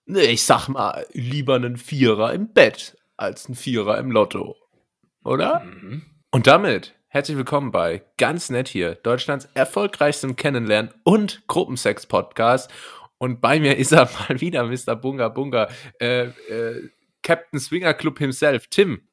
Nee, ich sag mal, lieber einen Vierer im Bett als ein Vierer im Lotto, oder? Mhm. Und damit herzlich willkommen bei Ganz Nett hier, Deutschlands erfolgreichstem Kennenlernen- und Gruppensex-Podcast. Und bei mir ist er mal wieder, Mr. Bunga Bunga, Captain Swinger Club himself, Tim.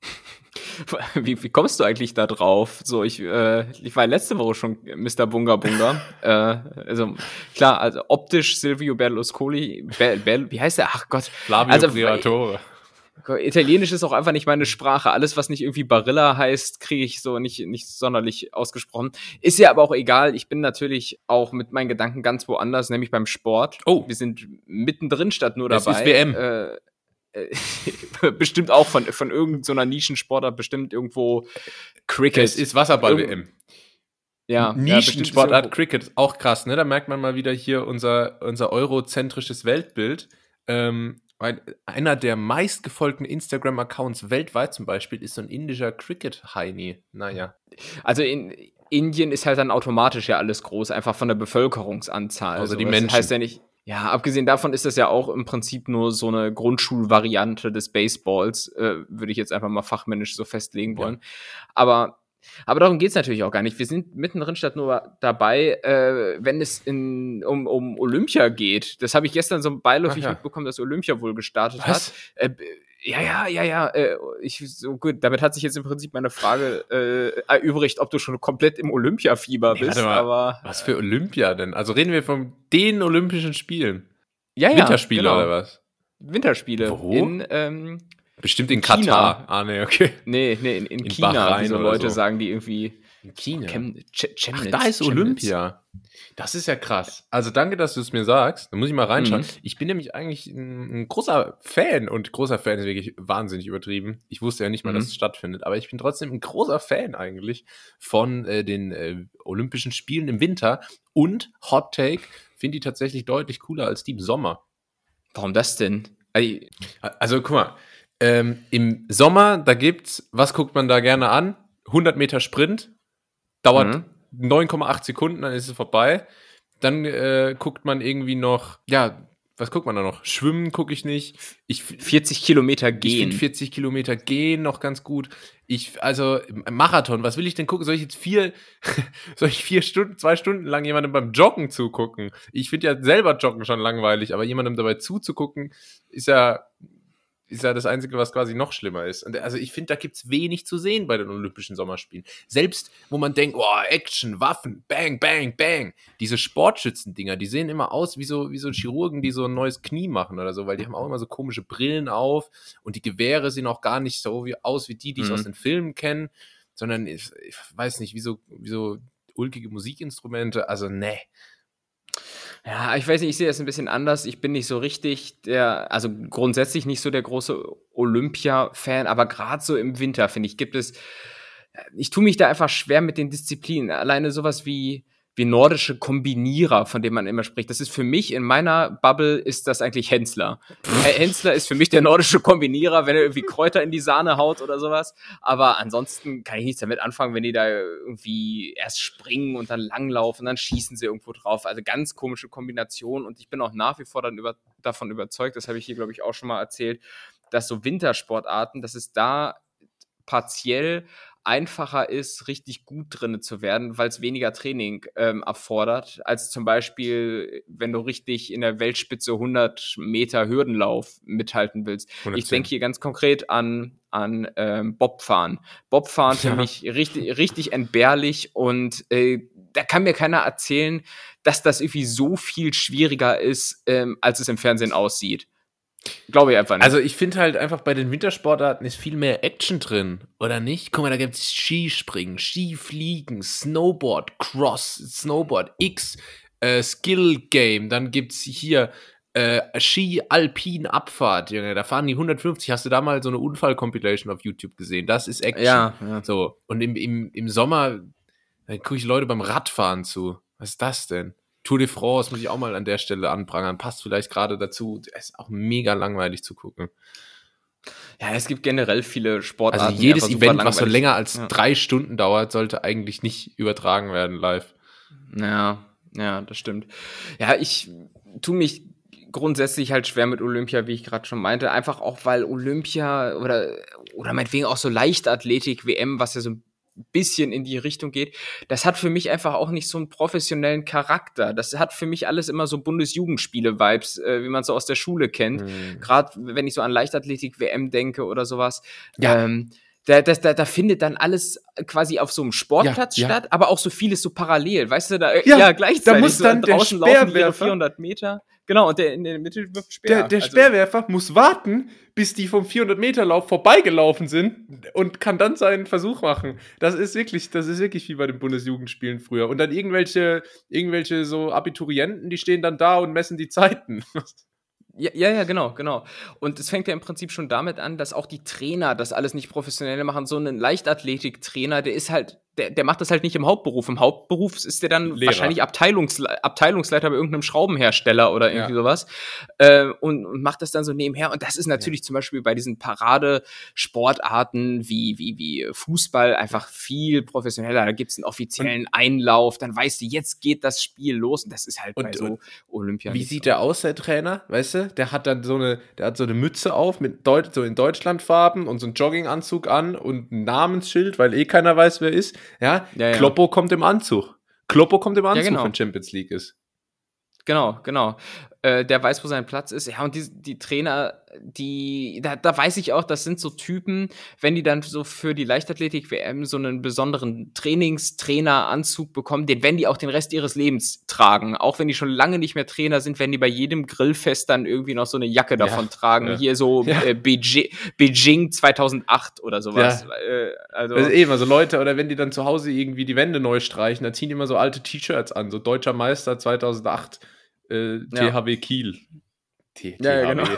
Wie kommst du eigentlich da drauf? So, ich war letzte Woche schon Mr. Bunga Bunga. Also klar, also optisch Silvio Berlusconi, wie heißt der? Ach Gott. Flavio Also Briatore. Italienisch ist auch einfach nicht meine Sprache. Alles, was nicht irgendwie Barilla heißt, kriege ich so nicht sonderlich ausgesprochen. Ist ja aber auch egal. Ich bin natürlich auch mit meinen Gedanken ganz woanders, nämlich beim Sport. Oh. Wir sind mittendrin statt nur Es dabei. ist WM. Bestimmt auch von irgendeiner Nischensportart, bestimmt irgendwo Cricket. Es ist Wasserball-WM. Ja, Nischensportart ja, Cricket, auch krass, ne? Da merkt man mal wieder hier unser eurozentrisches Weltbild. Weil einer der meistgefolgten Instagram-Accounts weltweit zum Beispiel ist so ein indischer Cricket-Heini. Naja. Also in Indien ist halt dann automatisch ja alles groß, einfach von der Bevölkerungsanzahl. Also die Das Menschen. heißt ja nicht. Ja, abgesehen davon ist das ja auch im Prinzip nur so eine Grundschulvariante des Baseballs, würde ich jetzt einfach mal fachmännisch so festlegen wollen. Ja. Aber darum geht's natürlich auch gar nicht. Wir sind mittendrin statt nur dabei, wenn es um Olympia geht. Das habe ich gestern so beiläufig mitbekommen, dass Olympia wohl gestartet hat. Ja. Gut, damit hat sich jetzt im Prinzip meine Frage erübrigt, ob du schon komplett im Olympiafieber bist. Warte mal, aber was für Olympia denn? Also reden wir von den Olympischen Spielen? Ja, Winterspiele genau. Oder was? Winterspiele. Wo? Bestimmt in Katar. Ah, nee, okay. Nee, in China, Bahrain, wie so Leute sagen, die irgendwie in China. Chemnitz. Ach, da ist Olympia. Das ist ja krass. Also danke, dass du es mir sagst. Da muss ich mal reinschauen. Ich bin nämlich eigentlich ein großer Fan, und großer Fan ist wirklich wahnsinnig übertrieben. Ich wusste ja nicht mal, dass es stattfindet, aber ich bin trotzdem ein großer Fan eigentlich von den Olympischen Spielen im Winter, und Hot Take, finde die tatsächlich deutlich cooler als die im Sommer. Warum das denn? Also guck mal, im Sommer, da gibt's, was guckt man da gerne an? 100 Meter Sprint, dauert 9,8 Sekunden, dann ist es vorbei. Dann guckt man irgendwie noch, was guckt man da noch? Schwimmen gucke ich nicht. 40 Kilometer gehen. Ich finde 40 Kilometer gehen noch ganz gut. Also Marathon, was will ich denn gucken? Soll ich jetzt 2 Stunden lang jemandem beim Joggen zugucken? Ich finde ja selber Joggen schon langweilig, aber jemandem dabei zuzugucken, ist ja das Einzige, was quasi noch schlimmer ist. Und also ich finde, da gibt es wenig zu sehen bei den Olympischen Sommerspielen. Selbst, wo man denkt, Action, Waffen, bang, bang, bang. Diese Sportschützen-Dinger, die sehen immer aus wie so Chirurgen, die so ein neues Knie machen oder so, weil die haben auch immer so komische Brillen auf, und die Gewehre sehen auch gar nicht so aus wie die ich aus den Filmen kenne, sondern ich weiß nicht, wie so ulkige Musikinstrumente. Also, ne. Ja, ich weiß nicht, ich sehe das ein bisschen anders. Ich bin nicht so richtig also grundsätzlich nicht so der große Olympia-Fan, aber gerade so im Winter, finde ich, ich tue mich da einfach schwer mit den Disziplinen. Alleine sowas wie nordische Kombinierer, von denen man immer spricht. Das ist für mich, in meiner Bubble, ist das eigentlich Hensler. Hensler ist für mich der nordische Kombinierer, wenn er irgendwie Kräuter in die Sahne haut oder sowas. Aber ansonsten kann ich nichts damit anfangen, wenn die da irgendwie erst springen und dann langlaufen und dann schießen sie irgendwo drauf. Also ganz komische Kombination. Und ich bin auch nach wie vor davon überzeugt, das habe ich hier, glaube ich, auch schon mal erzählt, dass so Wintersportarten, dass es da partiell einfacher ist, richtig gut drin zu werden, weil es weniger Training erfordert, als zum Beispiel, wenn du richtig in der Weltspitze 100 Meter Hürdenlauf mithalten willst. 110. Ich denke hier ganz konkret an Bobfahren. Bobfahren für mich richtig entbehrlich, und da kann mir keiner erzählen, dass das irgendwie so viel schwieriger ist, als es im Fernsehen aussieht. Glaube ich einfach nicht. Also ich finde halt einfach, bei den Wintersportarten ist viel mehr Action drin, oder nicht? Guck mal, da gibt es Skispringen, Skifliegen, Snowboard, Cross, Snowboard X, Skill Game, dann gibt's hier Ski-Alpin-Abfahrt, Junge, da fahren die 150. Hast du da mal so eine Unfall-Compilation auf YouTube gesehen? Das ist Action. Ja. So, und im Sommer gucke ich Leute beim Radfahren zu. Was ist das denn? Tour de France muss ich auch mal an der Stelle anprangern. Passt vielleicht gerade dazu. Es ist auch mega langweilig zu gucken. Ja, es gibt generell viele Sportarten. Also jedes Event, was so länger als 3 Stunden dauert, sollte eigentlich nicht übertragen werden live. Ja, das stimmt. Ja, ich tue mich grundsätzlich halt schwer mit Olympia, wie ich gerade schon meinte. Einfach auch, weil Olympia oder meinetwegen auch so Leichtathletik-WM, was ja so ein bisschen in die Richtung geht, das hat für mich einfach auch nicht so einen professionellen Charakter. Das hat für mich alles immer so Bundesjugendspiele-Vibes, wie man es so aus der Schule kennt. Gerade wenn ich so an Leichtathletik-WM denke oder sowas. Ja. Da findet dann alles quasi auf so einem Sportplatz Ja, ja. statt, aber auch so vieles so parallel, weißt du, gleichzeitig. Da muss so dann der draußen laufen die ihre Speerwerfer- 400 Meter. Genau, und der in der Mitte wirft Speer. Der Also, Speerwerfer muss warten, bis die vom 400-Meter-Lauf vorbeigelaufen sind und kann dann seinen Versuch machen. Das ist wirklich wie bei den Bundesjugendspielen früher. Und dann irgendwelche so Abiturienten, die stehen dann da und messen die Zeiten. ja, genau. Und es fängt ja im Prinzip schon damit an, dass auch die Trainer das alles nicht professionell machen. So ein Leichtathletik-Trainer, der ist halt, der macht das halt nicht im Hauptberuf. Im Hauptberuf ist der dann Lehrer. wahrscheinlich Abteilungsleiter bei irgendeinem Schraubenhersteller oder irgendwie sowas. Und macht das dann so nebenher. Und das ist natürlich zum Beispiel bei diesen Paradesportarten wie Fußball einfach viel professioneller. Da gibt es einen offiziellen Einlauf, dann weißt du, jetzt geht das Spiel los. Und das ist halt bei so Olympia. Wie sieht der aus, der Trainer? Weißt du, der hat dann so eine Mütze auf mit so in Deutschlandfarben und so einen Jogginganzug an und ein Namensschild, weil keiner weiß, wer ist. Ja. Kloppo kommt im Anzug. Wenn Champions League ist. Genau. Der weiß, wo sein Platz ist. Ja, und die Trainer, da weiß ich auch, das sind so Typen, wenn die dann so für die Leichtathletik-WM so einen besonderen Trainingstraineranzug bekommen, den werden die auch den Rest ihres Lebens tragen. Auch wenn die schon lange nicht mehr Trainer sind, werden die bei jedem Grillfest dann irgendwie noch so eine Jacke davon tragen. Ja. Hier so Beijing 2008 oder sowas. Ja. Also immer so Leute, oder wenn die dann zu Hause irgendwie die Wände neu streichen, dann ziehen die immer so alte T-Shirts an, so Deutscher Meister 2008. THW Kiel. Ja, genau.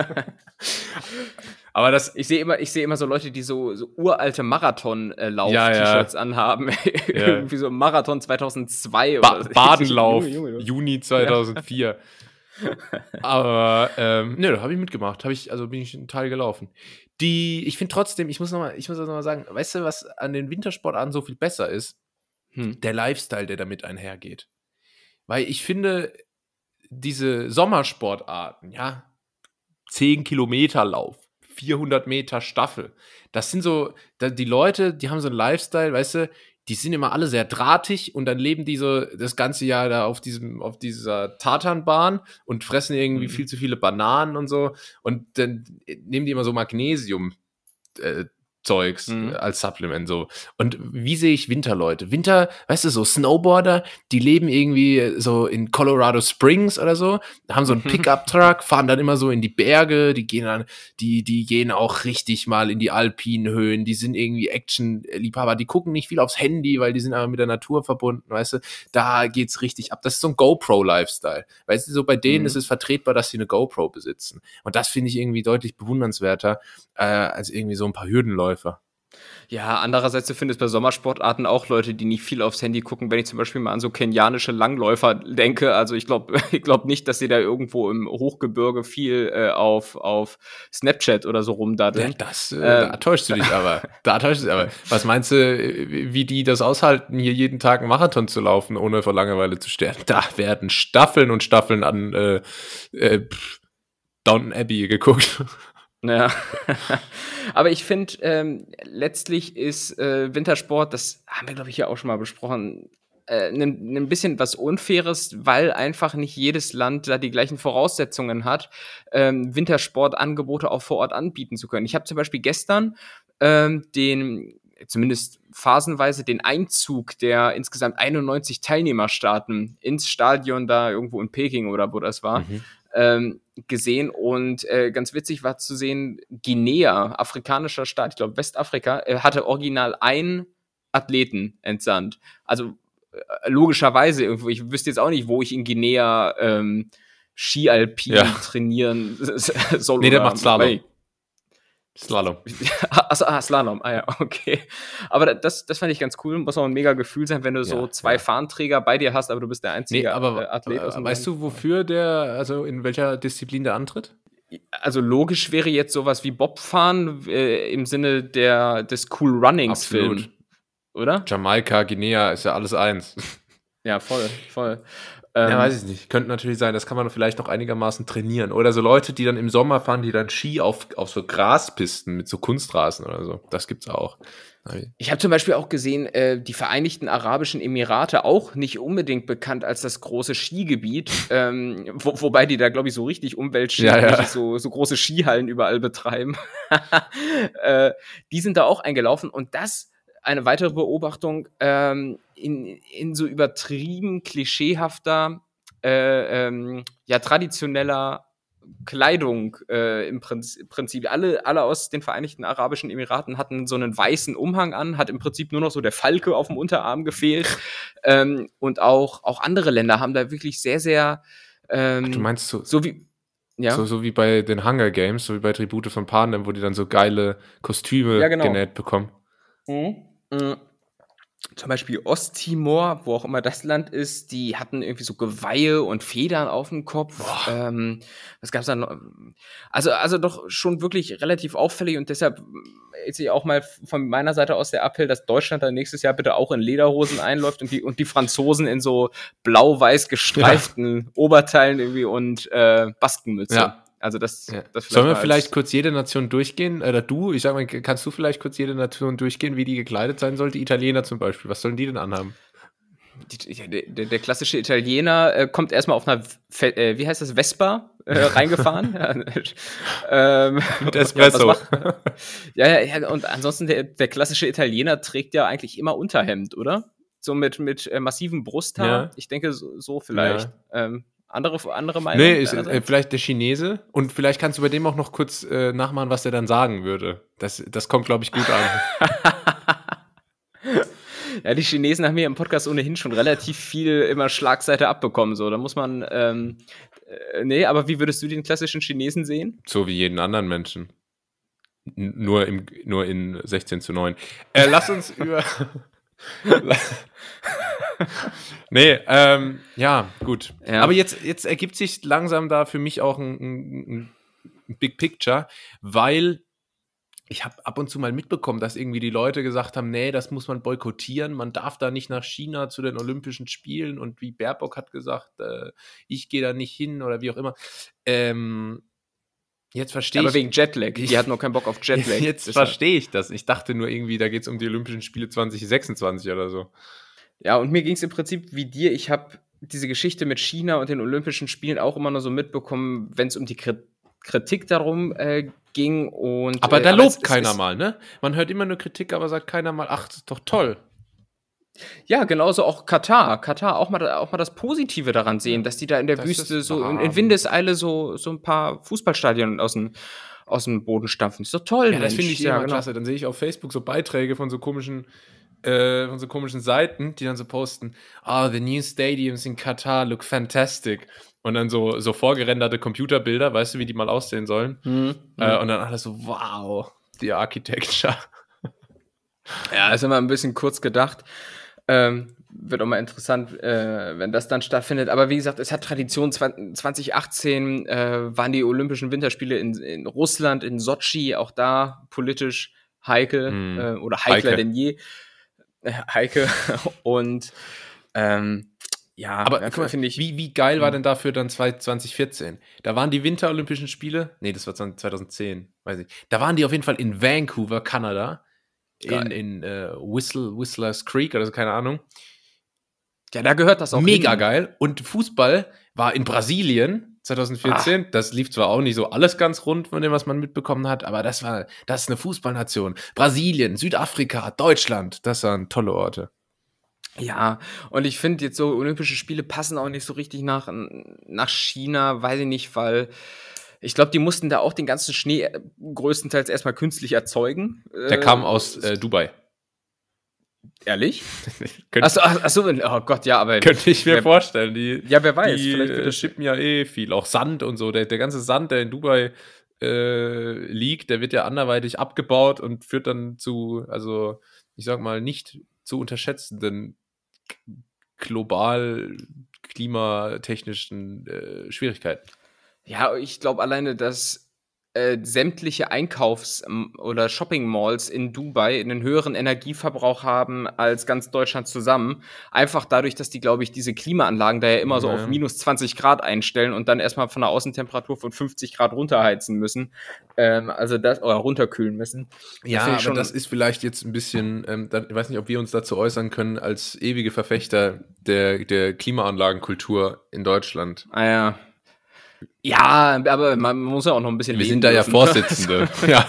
Aber ich sehe immer so Leute, die so uralte Marathon-Lauf-T-Shirts anhaben. Irgendwie so Marathon 2002 oder Badenlauf, Juni 2004. Aber da habe ich mitgemacht. Bin ich einen Teil gelaufen. Ich finde trotzdem, ich muss das noch mal sagen, weißt du, was an den Wintersportarten so viel besser ist? Der Lifestyle, der damit einhergeht. Weil ich finde, diese Sommersportarten, 10 Kilometer Lauf, 400 Meter Staffel, das sind so, die Leute, die haben so einen Lifestyle, weißt du, die sind immer alle sehr drahtig und dann leben die so das ganze Jahr da auf dieser Tatanbahn und fressen irgendwie viel zu viele Bananen und so und dann nehmen die immer so Magnesium Zeugs als Supplement so. Und wie sehe ich Winterleute? Weißt du, so Snowboarder, die leben irgendwie so in Colorado Springs oder so, haben so einen Pickup-Truck, fahren dann immer so in die Berge, die gehen auch richtig mal in die alpinen Höhen, die sind irgendwie Action-Liebhaber, die gucken nicht viel aufs Handy, weil die sind aber mit der Natur verbunden, weißt du, da geht's richtig ab. Das ist so ein GoPro-Lifestyle. Weißt du, so bei denen ist es vertretbar, dass sie eine GoPro besitzen. Und das finde ich irgendwie deutlich bewundernswerter, als irgendwie so ein paar Hürdenläufer. Ja, andererseits, du findest bei Sommersportarten auch Leute, die nicht viel aufs Handy gucken, wenn ich zum Beispiel mal an so kenianische Langläufer denke. Also ich glaube nicht, dass sie da irgendwo im Hochgebirge viel auf Snapchat oder so rumdaddeln. Da täuschst du dich aber. Was meinst du, wie die das aushalten, hier jeden Tag einen Marathon zu laufen, ohne vor Langeweile zu sterben? Da werden Staffeln und Staffeln an Downton Abbey geguckt. Ja, aber ich finde, letztlich ist Wintersport, das haben wir, glaube ich, ja auch schon mal besprochen, ein bisschen was Unfaires, weil einfach nicht jedes Land da die gleichen Voraussetzungen hat, Wintersportangebote auch vor Ort anbieten zu können. Ich habe zum Beispiel gestern zumindest phasenweise den Einzug der insgesamt 91 Teilnehmerstaaten ins Stadion da irgendwo in Peking oder wo das war, gesehen und ganz witzig war zu sehen, Guinea, afrikanischer Staat, ich glaube Westafrika, hatte original einen Athleten entsandt. Also logischerweise irgendwo, ich wüsste jetzt auch nicht, wo ich in Guinea Ski-Alpin trainieren soll. Nee, der macht Slalom. Slalom. Slalom, ja, okay. Aber das fand ich ganz cool. Muss auch ein mega Gefühl sein, wenn du so zwei Fahnenträger bei dir hast, aber du bist der einzige Athlet. Weißt du, wofür in welcher Disziplin der antritt? Also logisch wäre jetzt sowas wie Bobfahren im Sinne des Cool Runnings-Films, oder? Jamaika, Guinea, ist ja alles eins. Ja, voll. Ja, weiß ich nicht. Könnte natürlich sein, das kann man vielleicht noch einigermaßen trainieren. Oder so Leute, die dann im Sommer fahren, die dann Ski auf so Graspisten mit so Kunstrasen oder so. Das gibt's auch. Ich habe zum Beispiel auch gesehen, die Vereinigten Arabischen Emirate auch nicht unbedingt bekannt als das große Skigebiet, wobei die da, glaube ich, so richtig umweltschädlich Ja. so große Skihallen überall betreiben. Die sind da auch eingelaufen und das eine weitere Beobachtung in so übertrieben klischeehafter, traditioneller Kleidung im Prinzip. Alle aus den Vereinigten Arabischen Emiraten hatten so einen weißen Umhang an, hat im Prinzip nur noch so der Falke auf dem Unterarm gefehlt. Und auch andere Länder haben da wirklich sehr, sehr Du meinst so wie ja. so wie bei den Hunger Games, so wie bei Tribute von Panem, wo die dann so geile Kostüme Ja, genau. genäht bekommen. Zum Beispiel Osttimor, wo auch immer das Land ist, die hatten irgendwie so Geweihe und Federn auf dem Kopf. Was gab's da noch? Also doch schon wirklich relativ auffällig und deshalb jetzt ich auch mal von meiner Seite aus der Appell, dass Deutschland dann nächstes Jahr bitte auch in Lederhosen einläuft und die Franzosen in so blau-weiß gestreiften Oberteilen irgendwie und Baskenmütze. Ja. Also das Sollen wir vielleicht kurz jede Nation durchgehen? Oder ich sag mal, kannst du vielleicht kurz jede Nation durchgehen, wie die gekleidet sein sollte? Italiener zum Beispiel, was sollen die denn anhaben? Der klassische Italiener kommt erstmal auf einer, wie heißt das, Vespa reingefahren. Mit Espresso. Ja, und ansonsten der klassische Italiener trägt ja eigentlich immer Unterhemd, oder? So mit massivem Brusthaar. Ja. Ich denke, so vielleicht. Ja. Andere Meinung? Nee, vielleicht der Chinese. Und vielleicht kannst du bei dem auch noch kurz nachmachen, was der dann sagen würde. Das kommt, glaube ich, gut an. Ja, die Chinesen haben hier im Podcast ohnehin schon relativ viel immer Schlagseite abbekommen. So, da muss man. Aber wie würdest du den klassischen Chinesen sehen? So wie jeden anderen Menschen. Nur in 16:9. Lass uns über. Nee, ja, gut. Ja. Aber jetzt ergibt sich langsam da für mich auch ein Big Picture, weil ich habe ab und zu mal mitbekommen, dass irgendwie die Leute gesagt haben, nee, das muss man boykottieren, man darf da nicht nach China zu den Olympischen Spielen und wie Baerbock hat gesagt, ich gehe da nicht hin oder wie auch immer. Jetzt verstehe ich. Aber wegen Jetlag. Die hatten noch keinen Bock auf Jetlag. Jetzt verstehe ich das. Ich dachte nur irgendwie, da geht es um die Olympischen Spiele 2026 oder so. Ja, und mir ging es im Prinzip wie dir. Ich habe diese Geschichte mit China und den Olympischen Spielen auch immer nur so mitbekommen, wenn es um die Kritik darum ging. Aber da lobt keiner mal, ne? Man hört immer nur Kritik, aber sagt keiner mal, ach, das ist doch toll. Ja, genauso auch Katar. Auch mal das Positive daran sehen, dass die da in der Wüste so in Windeseile so ein paar Fußballstadien aus dem Boden stampfen. Ist doch toll, ja, das finde ich immer klasse. Dann sehe ich auf Facebook so Beiträge von so komischen Seiten, die dann so posten, the new stadiums in Katar look fantastic. Und dann so vorgerenderte Computerbilder, weißt du, wie die mal aussehen sollen? Und dann alles so, wow, die Architecture. Ja, ist immer ein bisschen kurz gedacht. Wird auch mal interessant, wenn das dann stattfindet. Aber wie gesagt, es hat Tradition. 2018 waren die Olympischen Winterspiele in Russland, in Sotschi, auch da politisch heikel oder heikler denn je. Heike. Und aber finde ich, wie geil war denn dafür dann 2014? Da waren die Winterolympischen Spiele, nee, das war 2010, weiß ich. Da waren die auf jeden Fall in Vancouver, Kanada, in Whistler's Creek oder so, keine Ahnung. Ja, da gehört das auch mega hin. Geil. Und Fußball war in Brasilien 2014. Das lief zwar auch nicht so alles ganz rund von dem, was man mitbekommen hat, aber das ist eine Fußballnation. Brasilien, Südafrika, Deutschland, das waren tolle Orte. Ja, und ich finde jetzt so Olympische Spiele passen auch nicht so richtig nach China, weiß ich nicht, weil ich glaube, die mussten da auch den ganzen Schnee größtenteils erstmal künstlich erzeugen. Der kam aus Dubai. Ehrlich? Achso, oh Gott, ja, aber... Könnte ich mir vorstellen. Wer weiß. Die schippen ja viel, auch Sand und so. Der ganze Sand, der in Dubai liegt, der wird ja anderweitig abgebaut und führt dann zu, also ich sag mal, nicht zu unterschätzenden global klimatechnischen Schwierigkeiten. Ja, ich glaube alleine, dass sämtliche oder Shopping-Malls in Dubai einen höheren Energieverbrauch haben als ganz Deutschland zusammen. Einfach dadurch, dass die, glaube ich, diese Klimaanlagen da ja immer so auf minus 20 Grad einstellen und dann erstmal von einer Außentemperatur von 50 Grad runterheizen müssen. Oder runterkühlen müssen. Ja, aber das ist vielleicht jetzt ein bisschen, ich weiß nicht, ob wir uns dazu äußern können, als ewige Verfechter der Klimaanlagenkultur in Deutschland. Ah ja. Ja, aber man muss ja auch noch ein bisschen Wir sind da ja Vorsitzende. Ja.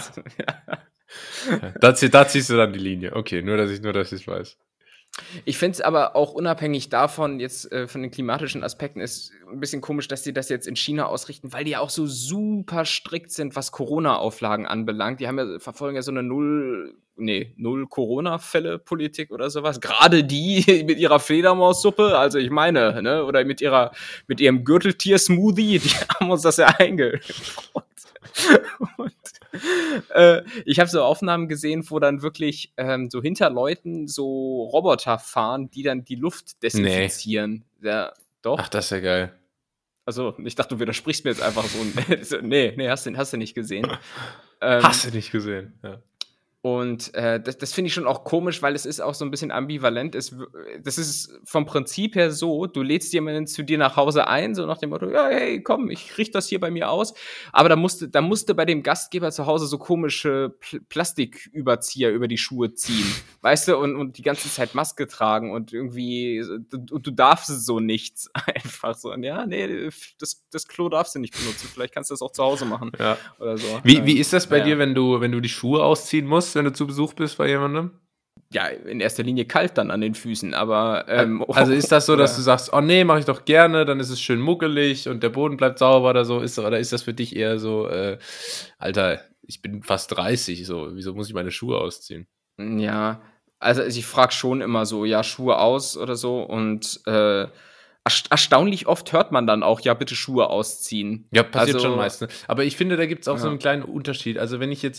Da ziehst du dann die Linie. Okay, nur dass ich es weiß. Ich finde es aber auch unabhängig davon, jetzt von den klimatischen Aspekten, ist ein bisschen komisch, dass die das jetzt in China ausrichten, weil die ja auch so super strikt sind, was Corona-Auflagen anbelangt. Verfolgen ja so eine Null-Corona-Fälle-Politik oder sowas. Gerade die mit ihrer Fledermaussuppe, also ich meine, ne, oder mit ihrem Gürteltier-Smoothie, die haben uns das ja eingebaut. Und ich habe so Aufnahmen gesehen, wo dann wirklich so hinter Leuten so Roboter fahren, die dann die Luft desinfizieren. Nee. Ja, doch. Ach, das ist ja geil. Also, ich dachte, du widersprichst mir jetzt einfach so. Nee, hast du nicht gesehen. Hast du nicht gesehen, ja. Und das finde ich schon auch komisch, weil es ist auch so ein bisschen ambivalent. Das ist vom Prinzip her so, du lädst jemanden zu dir nach Hause ein, so nach dem Motto, ja, hey, komm, ich richte das hier bei mir aus. Aber da musste bei dem Gastgeber zu Hause so komische Plastiküberzieher über die Schuhe ziehen, weißt du, und die ganze Zeit Maske tragen und irgendwie, du darfst so nichts einfach so. Und ja, nee, das Klo darfst du nicht benutzen, vielleicht kannst du das auch zu Hause machen. Ja. Oder so. Wie ist das bei dir, wenn du die Schuhe ausziehen musst, wenn du zu Besuch bist bei jemandem? Ja, in erster Linie kalt dann an den Füßen, aber also ist das so, dass du sagst, oh nee, mache ich doch gerne, dann ist es schön muckelig und der Boden bleibt sauber oder so, oder ist das für dich eher so, Alter, ich bin fast 30, so, wieso muss ich meine Schuhe ausziehen? Ja, also ich frage schon immer so, ja, Schuhe aus oder so und erstaunlich oft hört man dann auch, ja, bitte Schuhe ausziehen. Ja, passiert schon meistens. Aber ich finde, da gibt es auch so einen kleinen Unterschied. Also wenn ich jetzt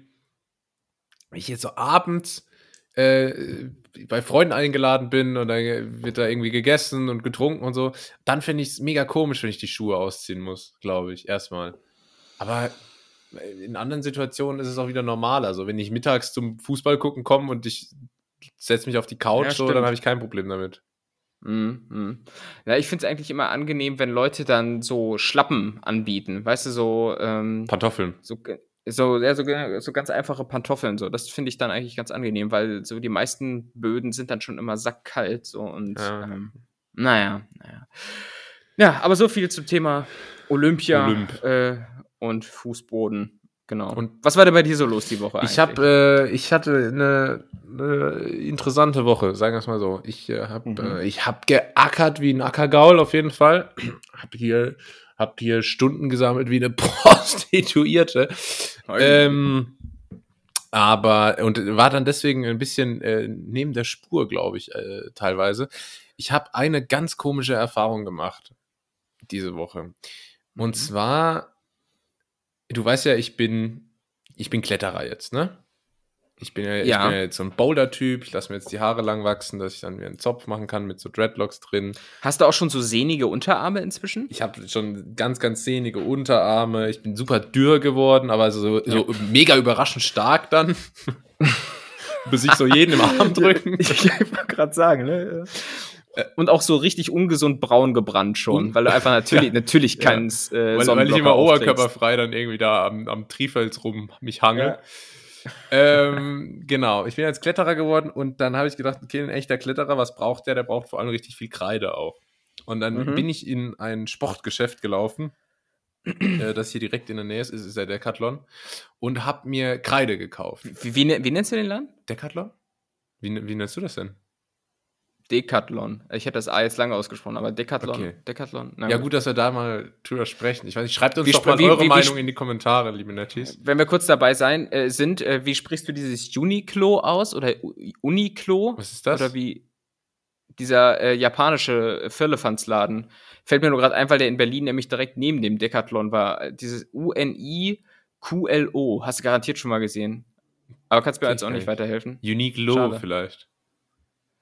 so abends bei Freunden eingeladen bin und dann wird da irgendwie gegessen und getrunken und so, dann finde ich es mega komisch, wenn ich die Schuhe ausziehen muss, glaube ich, erstmal. Aber in anderen Situationen ist es auch wieder normal. Also wenn ich mittags zum Fußball gucken komme und ich setze mich auf die Couch, so, dann habe ich kein Problem damit. Ja, ich finde es eigentlich immer angenehm, wenn Leute dann so Schlappen anbieten, weißt du, so Pantoffeln. So ganz einfache Pantoffeln, so. Das finde ich dann eigentlich ganz angenehm, weil so die meisten Böden sind dann schon immer sackkalt, so und naja. Ja, aber so viel zum Thema Olympia und Fußboden. Genau. Und was war denn bei dir so los die Woche eigentlich? Ich hatte eine interessante Woche, sagen wir es mal so. Ich hab geackert wie ein Ackergaul auf jeden Fall. Hab hier Stunden gesammelt wie eine Prostituierte. Aber war dann deswegen ein bisschen neben der Spur, glaube ich, teilweise. Ich habe eine ganz komische Erfahrung gemacht diese Woche. Und zwar, du weißt ja, ich bin Kletterer jetzt, ne? Ich bin ja jetzt so ein Boulder-Typ. Ich lasse mir jetzt die Haare lang wachsen, dass ich dann wieder einen Zopf machen kann mit so Dreadlocks drin. Hast du auch schon so sehnige Unterarme inzwischen? Ich habe schon ganz, ganz sehnige Unterarme. Ich bin super dürr geworden, aber so mega überraschend stark dann. Bis ich so jeden im Arm drücken. Ich wollte gerade sagen, ne? Und auch so richtig ungesund braun gebrannt schon, weil du einfach natürlich keinen Sonnenblocker weil ich immer oberkörperfrei dann irgendwie da am Trifels rum mich hangel. Ja. Genau, ich bin jetzt Kletterer geworden und dann habe ich gedacht, okay, ein echter Kletterer, was braucht der? Der braucht vor allem richtig viel Kreide auch. Und dann bin ich in ein Sportgeschäft gelaufen, das hier direkt in der Nähe ist der Decathlon, und habe mir Kreide gekauft. Wie nennst du den Laden? Decathlon? Wie nennst du das denn? Decathlon. Ich hätte das A jetzt lange ausgesprochen, aber Decathlon. Okay. Decathlon. Ja, gut, dass wir da mal drüber sprechen. Ich weiß nicht, schreibt uns doch mal eure Meinung in die Kommentare, liebe Netties. Wenn wir kurz dabei sind, wie sprichst du dieses Uniqlo aus oder Uniqlo? Was ist das? Oder wie dieser japanische Firlefanzladen. Fällt mir nur gerade ein, weil der in Berlin nämlich direkt neben dem Decathlon war. Dieses UNIQLO. Hast du garantiert schon mal gesehen. Aber kannst mir jetzt auch nicht weiterhelfen. Uniqlo vielleicht.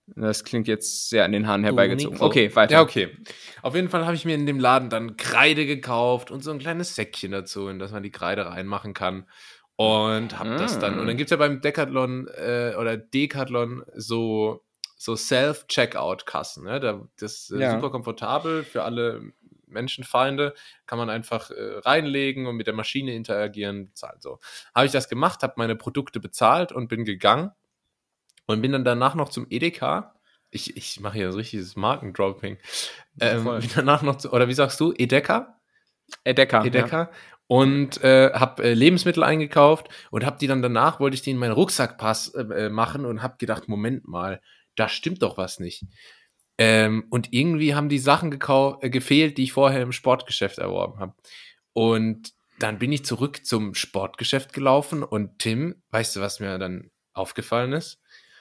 Das klingt jetzt sehr an den Haaren herbeigezogen. Okay, weiter. Ja, okay. Auf jeden Fall habe ich mir in dem Laden dann Kreide gekauft und so ein kleines Säckchen dazu, in das man die Kreide reinmachen kann. Und habe das dann. Und dann gibt es ja beim Decathlon oder Decathlon so Self-Checkout-Kassen. Ne? Das ist super komfortabel für alle Menschenfeinde. Kann man einfach reinlegen und mit der Maschine interagieren, bezahlt so. Habe ich das gemacht, habe meine Produkte bezahlt und bin gegangen. Und bin dann danach noch zum Edeka. Ich mache hier so richtiges Markendropping. Bin danach noch oder wie sagst du? Edeka? Edeka. Ja. Und habe Lebensmittel eingekauft und habe die dann danach, wollte ich die in meinen Rucksack machen und habe gedacht, Moment mal, da stimmt doch was nicht. Und irgendwie haben die Sachen gefehlt, die ich vorher im Sportgeschäft erworben habe. Und dann bin ich zurück zum Sportgeschäft gelaufen und Tim, weißt du, was mir dann aufgefallen ist?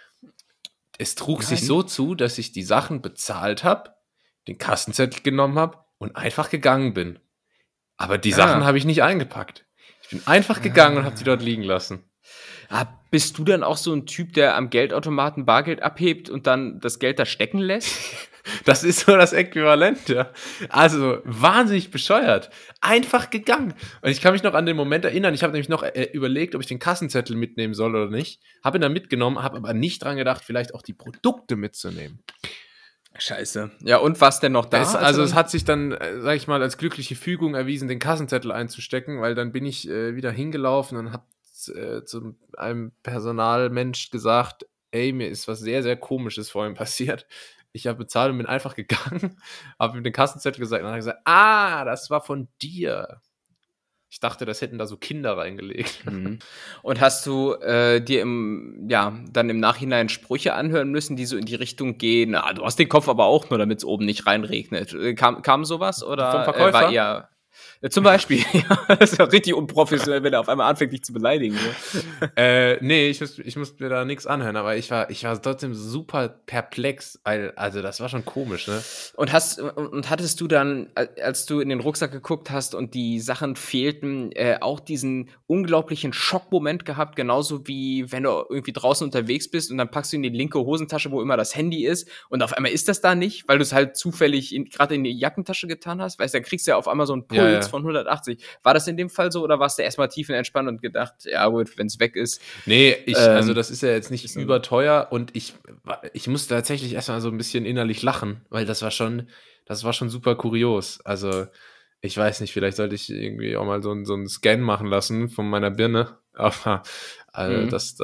Es trug sich so zu, dass ich die Sachen bezahlt habe, den Kassenzettel genommen habe und einfach gegangen bin. Aber die Sachen habe ich nicht eingepackt. Ich bin einfach gegangen und habe die dort liegen lassen. Bist du dann auch so ein Typ, der am Geldautomaten Bargeld abhebt und dann das Geld da stecken lässt? Das ist so das Äquivalent, ja. Also wahnsinnig bescheuert. Einfach gegangen. Und ich kann mich noch an den Moment erinnern, ich habe nämlich noch überlegt, ob ich den Kassenzettel mitnehmen soll oder nicht. Habe ihn dann mitgenommen, habe aber nicht dran gedacht, vielleicht auch die Produkte mitzunehmen. Scheiße. Ja, und was denn noch da? Es hat sich dann, sag ich mal, als glückliche Fügung erwiesen, den Kassenzettel einzustecken, weil dann bin ich wieder hingelaufen und habe zu einem Personalmensch gesagt, ey, mir ist was sehr, sehr Komisches vorhin passiert. Ich habe bezahlt und bin einfach gegangen, habe ihm den Kassenzettel gesagt und dann hat er gesagt, das war von dir. Ich dachte, das hätten da so Kinder reingelegt. Mhm. Und hast du dir dann im Nachhinein Sprüche anhören müssen, die so in die Richtung gehen, du hast den Kopf aber auch nur, damit es oben nicht reinregnet. Kam sowas? Oder vom Verkäufer? War eher zum Beispiel, ja, das ist ja richtig unprofessionell, wenn er auf einmal anfängt, dich zu beleidigen. Ne? Nee, ich musste mir da nichts anhören, aber ich war trotzdem super perplex, also das war schon komisch, ne? Und hattest du dann, als du in den Rucksack geguckt hast und die Sachen fehlten, auch diesen unglaublichen Schockmoment gehabt, genauso wie wenn du irgendwie draußen unterwegs bist und dann packst du in die linke Hosentasche, wo immer das Handy ist und auf einmal ist das da nicht, weil du es halt zufällig gerade in die Jackentasche getan hast, weißt du, dann kriegst du ja auf einmal so einen Puls von 180. War das in dem Fall so oder warst du erstmal tiefenentspannt und gedacht, ja gut, wenn es weg ist? Nee, also das ist ja jetzt nicht überteuer und ich musste tatsächlich erstmal so ein bisschen innerlich lachen, weil das war schon super kurios. Also ich weiß nicht, vielleicht sollte ich irgendwie auch mal so einen Scan machen lassen von meiner Birne, aber das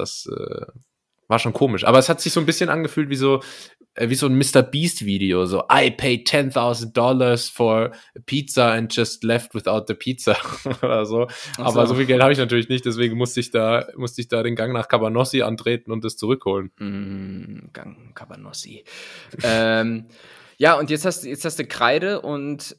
war schon komisch. Aber es hat sich so ein bisschen angefühlt wie so ein Mr. Beast Video, so I paid $10,000 for a pizza and just left without the pizza oder so. Aber so viel Geld habe ich natürlich nicht, deswegen musste ich da den Gang nach Cabanossi antreten und das zurückholen. Gang Cabanossi. Ja, und jetzt hast du Kreide und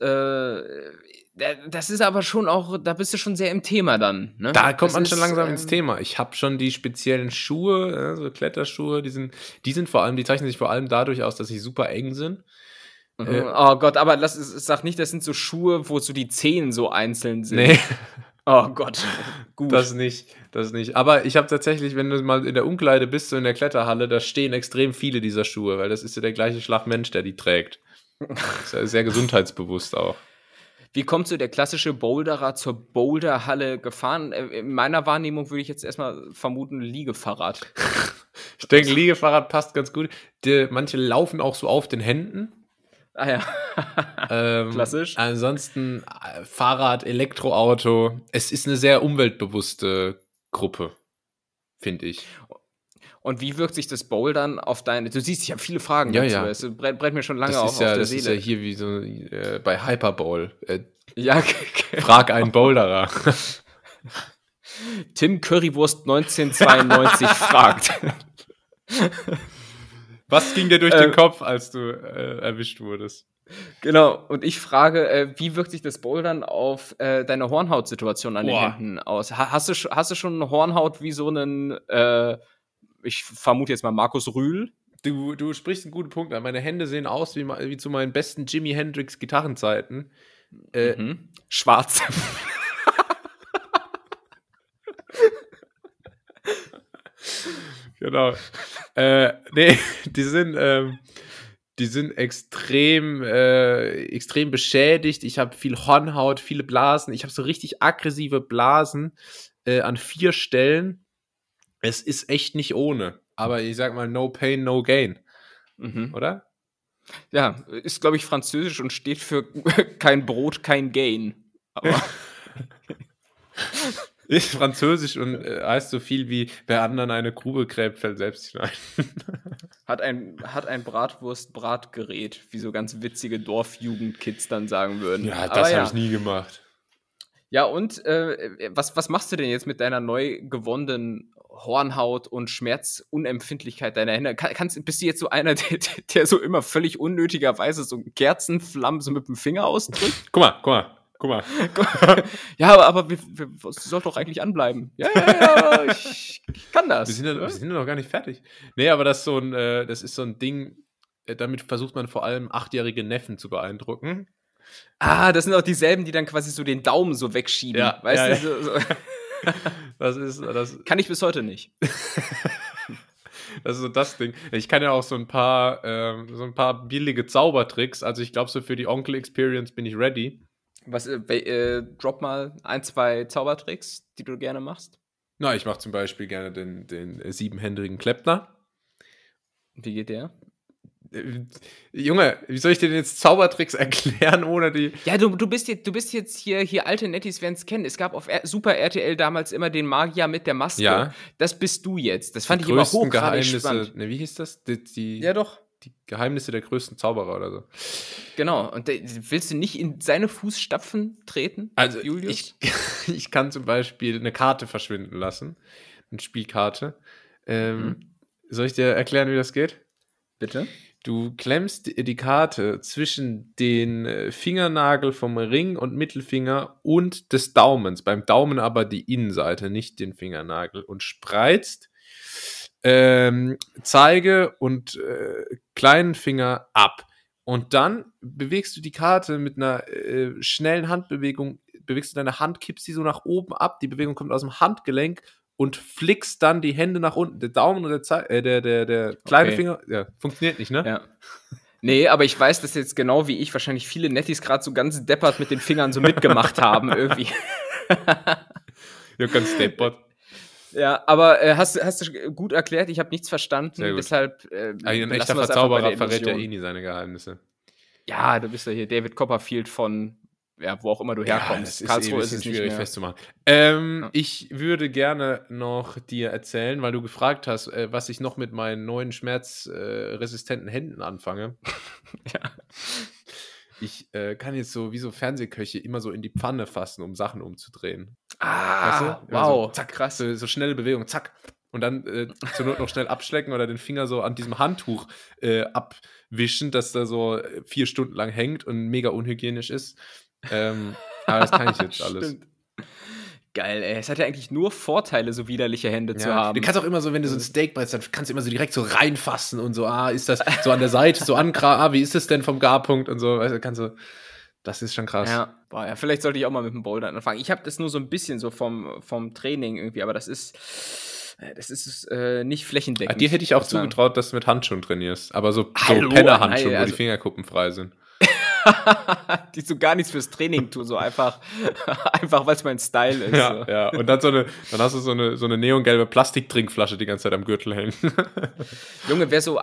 das ist aber schon auch, da bist du schon sehr im Thema dann, ne? Da kommt man schon langsam ins Thema. Ich habe schon die speziellen Schuhe, so Kletterschuhe, die zeichnen sich vor allem dadurch aus, dass sie super eng sind. Oh Gott, aber sag nicht, das sind so Schuhe, wo so die Zehen so einzeln sind. Nee. Oh Gott, gut. Das nicht. Aber ich habe tatsächlich, wenn du mal in der Umkleide bist, so in der Kletterhalle, da stehen extrem viele dieser Schuhe, weil das ist ja der gleiche Schlag Mensch, der die trägt. Ist ja sehr gesundheitsbewusst auch. Wie kommt so der klassische Boulderer zur Boulderhalle gefahren? In meiner Wahrnehmung würde ich jetzt erstmal vermuten, Liegefahrrad. Ich denke, Liegefahrrad passt ganz gut. Manche laufen auch so auf den Händen. Ah ja, klassisch. Ansonsten Fahrrad, Elektroauto. Es ist eine sehr umweltbewusste Gruppe, finde ich. Und wie wirkt sich das Bouldern auf deine... Du siehst, ich habe viele Fragen dazu. Ja. Es brennt mir schon lange auf der Seele. Das ist ja hier wie so bei Hyperbowl. Ja, Frag einen Boulderer. Tim Currywurst 1992 fragt. Was ging dir durch den Kopf, als du erwischt wurdest? Genau, und ich frage, wie wirkt sich das Bouldern auf deine Hornhautsituation an den Händen aus? Hast du schon eine Hornhaut wie so einen... ich vermute jetzt mal Markus Rühl. Du sprichst einen guten Punkt an. Meine Hände sehen aus wie zu meinen besten Jimi Hendrix Gitarrenzeiten. Schwarz. Genau. Nee, die sind extrem beschädigt. Ich habe viel Hornhaut, viele Blasen. Ich habe so richtig aggressive Blasen an 4 Stellen. Es ist echt nicht ohne. Aber ich sag mal, no pain, no gain. Oder? Ja, ist, glaube ich, französisch und steht für kein Brot, kein Gain. Aber Ist französisch und heißt so viel wie, wer anderen eine Grube gräbt, fällt selbst hinein. hat ein Bratwurst-Bratgerät, wie so ganz witzige Dorfjugendkids dann sagen würden. Ja, Aber das habe ich nie gemacht. Ja, und was machst du denn jetzt mit deiner neu gewonnenen Hornhaut und Schmerzunempfindlichkeit deiner Hände? Bist du jetzt so einer, der so immer völlig unnötigerweise so Kerzenflammen so mit dem Finger ausdrückt? Guck mal. Ja, aber das soll doch eigentlich anbleiben. Ja, ich kann das. Wir sind ja noch gar nicht fertig. Nee, aber das ist so ein Ding, damit versucht man vor allem 8-jährige Neffen zu beeindrucken. Das sind auch dieselben, die dann quasi so den Daumen so wegschieben. Ja, weißt du? So. Das kann ich bis heute nicht. Das ist so das Ding. Ich kann ja auch so ein paar billige Zaubertricks. Also ich glaube, so für die Onkel-Experience bin ich ready. Drop mal 1, 2 Zaubertricks, die du gerne machst. Na, ich mache zum Beispiel gerne den 7-händigen Kleppner. Wie geht der? Junge, wie soll ich dir denn jetzt Zaubertricks erklären, ohne die... Ja, du bist jetzt hier alte Nettis werden es kennen. Es gab auf Super RTL damals immer den Magier mit der Maske. Ja. Das bist du jetzt. Das fand ich immer hochgradig spannend. Ne, wie hieß das? Ja, doch. Die Geheimnisse der größten Zauberer oder so. Genau. Und willst du nicht in seine Fußstapfen treten, also Julius? Ich kann zum Beispiel eine Karte verschwinden lassen. Eine Spielkarte. Soll ich dir erklären, wie das geht? Bitte? Du klemmst die Karte zwischen den Fingernagel vom Ring und Mittelfinger und des Daumens. Beim Daumen aber die Innenseite, nicht den Fingernagel. Und spreizt Zeige und kleinen Finger ab. Und dann bewegst du die Karte mit einer schnellen Handbewegung, bewegst du deine Hand, kippst sie so nach oben ab, die Bewegung kommt aus dem Handgelenk und flickst dann die Hände nach unten. Der Daumen und der kleine Finger, ja, funktioniert nicht, ne? Ja. Nee, aber ich weiß, dass jetzt genau wie ich wahrscheinlich viele Nettis gerade so ganz deppert mit den Fingern so mitgemacht haben irgendwie. Ja, ganz deppert. Ja, aber hast du gut erklärt, ich habe nichts verstanden, deshalb ein echter Verzauberer verrät ja eh nie seine Geheimnisse. Ja, du bist ja hier David Copperfield von, ja, wo auch immer du herkommst. Ja, Karlsruhe ist es schwierig festzumachen. Ich würde gerne noch dir erzählen, weil du gefragt hast, was ich noch mit meinen neuen schmerzresistenten Händen anfange. Ja. Ich kann jetzt so wie so Fernsehköche immer so in die Pfanne fassen, um Sachen umzudrehen. Weißt du? Wow, so, zack, krass. So schnelle Bewegung, zack. Und dann zur Not noch schnell abschlecken oder den Finger so an diesem Handtuch abwischen, dass da so 4 Stunden lang hängt und mega unhygienisch ist. Aber das kann ich jetzt alles. Stimmt. Geil, ey. Es hat ja eigentlich nur Vorteile, so widerliche Hände zu haben. Du kannst auch immer so, wenn du so ein Steak beißt, dann kannst du immer so direkt so reinfassen und so, ist das so an der Seite, so wie ist das denn vom Garpunkt und so, weißt du, das ist schon krass. Ja, vielleicht sollte ich auch mal mit dem Bouldern anfangen. Ich habe das nur so ein bisschen so vom Training irgendwie, aber das ist nicht flächendeckend. Dir hätte ich auch zugetraut, dass du mit Handschuhen trainierst, aber so Pennerhandschuhen, wo die Fingerkuppen frei sind. Die so gar nichts fürs Training tun, so einfach weil es mein Style ist. Ja, so. Ja. Und dann hast du so eine neongelbe Plastiktrinkflasche die ganze Zeit am Gürtel hängen. Junge, wer so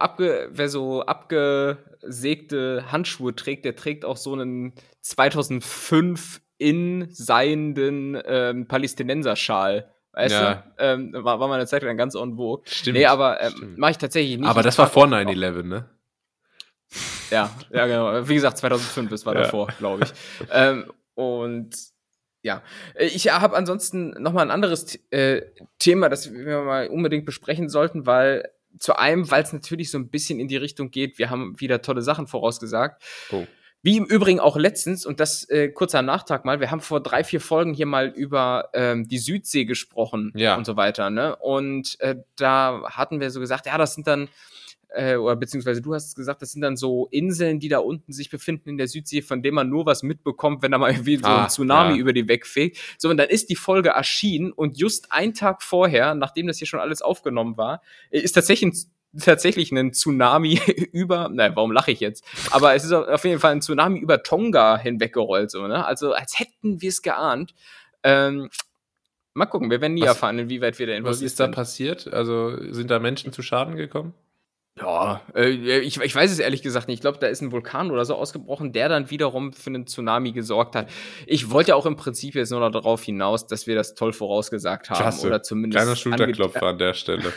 abgesägte Handschuhe trägt, der trägt auch so einen 2005 seienden Palästinenserschal. Weißt du? War mal eine Zeit lang ganz en vogue. Stimmt. Nee, aber mache ich tatsächlich nicht. Aber das war vor 9/11, ne? Ja, genau. Wie gesagt, 2005, das war davor, glaube ich. Und ja, ich habe ansonsten nochmal ein anderes Thema, das wir mal unbedingt besprechen sollten, weil es natürlich so ein bisschen in die Richtung geht, wir haben wieder tolle Sachen vorausgesagt. Oh. Wie im Übrigen auch letztens, und das kurzer Nachtrag mal, wir haben vor 3-4 Folgen hier mal über die Südsee gesprochen und so weiter, ne? Und da hatten wir so gesagt, ja, das sind dann oder beziehungsweise du hast es gesagt, das sind dann so Inseln, die da unten sich befinden in der Südsee, von denen man nur was mitbekommt, wenn da mal irgendwie so ein Tsunami über die wegfegt. So, und dann ist die Folge erschienen und just einen Tag vorher, nachdem das hier schon alles aufgenommen war, ist tatsächlich tatsächlich einen Tsunami warum lache ich jetzt? Aber es ist auf jeden Fall ein Tsunami über Tonga hinweggerollt, so, ne? Also, als hätten wir es geahnt. Mal gucken, wir werden nie erfahren, inwieweit wir da involviert sind. Was ist da passiert? Also, sind da Menschen zu Schaden gekommen? Ja, ich weiß es ehrlich gesagt nicht. Ich glaube, da ist ein Vulkan oder so ausgebrochen, der dann wiederum für einen Tsunami gesorgt hat. Ich wollte ja auch im Prinzip jetzt nur noch darauf hinaus, dass wir das toll vorausgesagt haben. Klasse. Oder zumindest kleiner Schulterklopfer an der Stelle.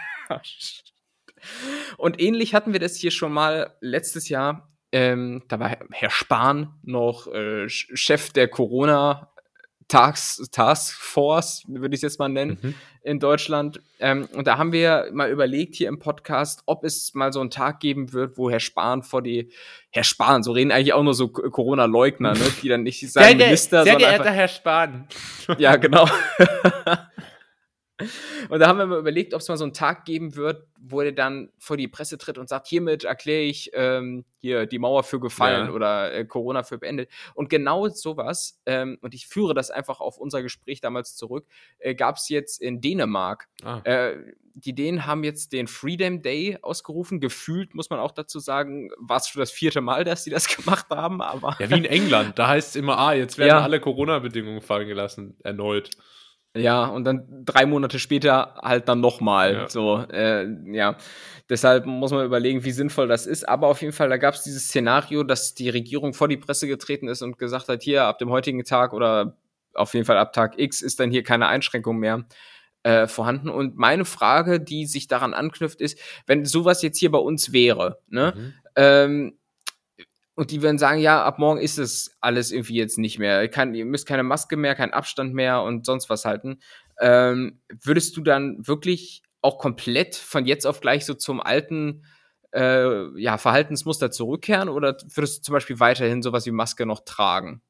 Und ähnlich hatten wir das hier schon mal letztes Jahr. Da war Herr Spahn noch Chef der Taskforce, würde ich es jetzt mal nennen, in Deutschland. Und da haben wir mal überlegt hier im Podcast, ob es mal so einen Tag geben wird, wo Herr Spahn so reden eigentlich auch nur so Corona-Leugner, ne, die dann nicht sagen Minister, sehr sondern geehrter Herr Spahn. Ja, genau. Und da haben wir mal überlegt, ob es mal so einen Tag geben wird, wo er dann vor die Presse tritt und sagt, hiermit erkläre ich hier die Mauer für gefallen oder Corona für beendet. Und genau sowas, und ich führe das einfach auf unser Gespräch damals zurück, gab es jetzt in Dänemark. Die Dänen haben jetzt den Freedom Day ausgerufen. Gefühlt, muss man auch dazu sagen, war es schon das 4. Mal, dass sie das gemacht haben. Aber ja, wie in England. Da heißt es immer, jetzt werden alle Corona-Bedingungen fallen gelassen, erneut. Ja, und dann 3 Monate später halt dann nochmal. Ja. So, deshalb muss man überlegen, wie sinnvoll das ist. Aber auf jeden Fall, da gab es dieses Szenario, dass die Regierung vor die Presse getreten ist und gesagt hat, hier, ab dem heutigen Tag oder auf jeden Fall ab Tag X ist dann hier keine Einschränkung mehr vorhanden. Und meine Frage, die sich daran anknüpft, ist, wenn sowas jetzt hier bei uns wäre, ne, und die würden sagen, ja, ab morgen ist es alles irgendwie jetzt nicht mehr. Ihr müsst keine Maske mehr, keinen Abstand mehr und sonst was halten. Würdest du dann wirklich auch komplett von jetzt auf gleich so zum alten Verhaltensmuster zurückkehren oder würdest du zum Beispiel weiterhin sowas wie Maske noch tragen?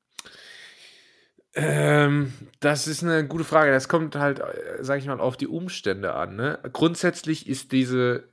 Das ist eine gute Frage. Das kommt halt, sag ich mal, auf die Umstände an. Ne? Grundsätzlich ist diese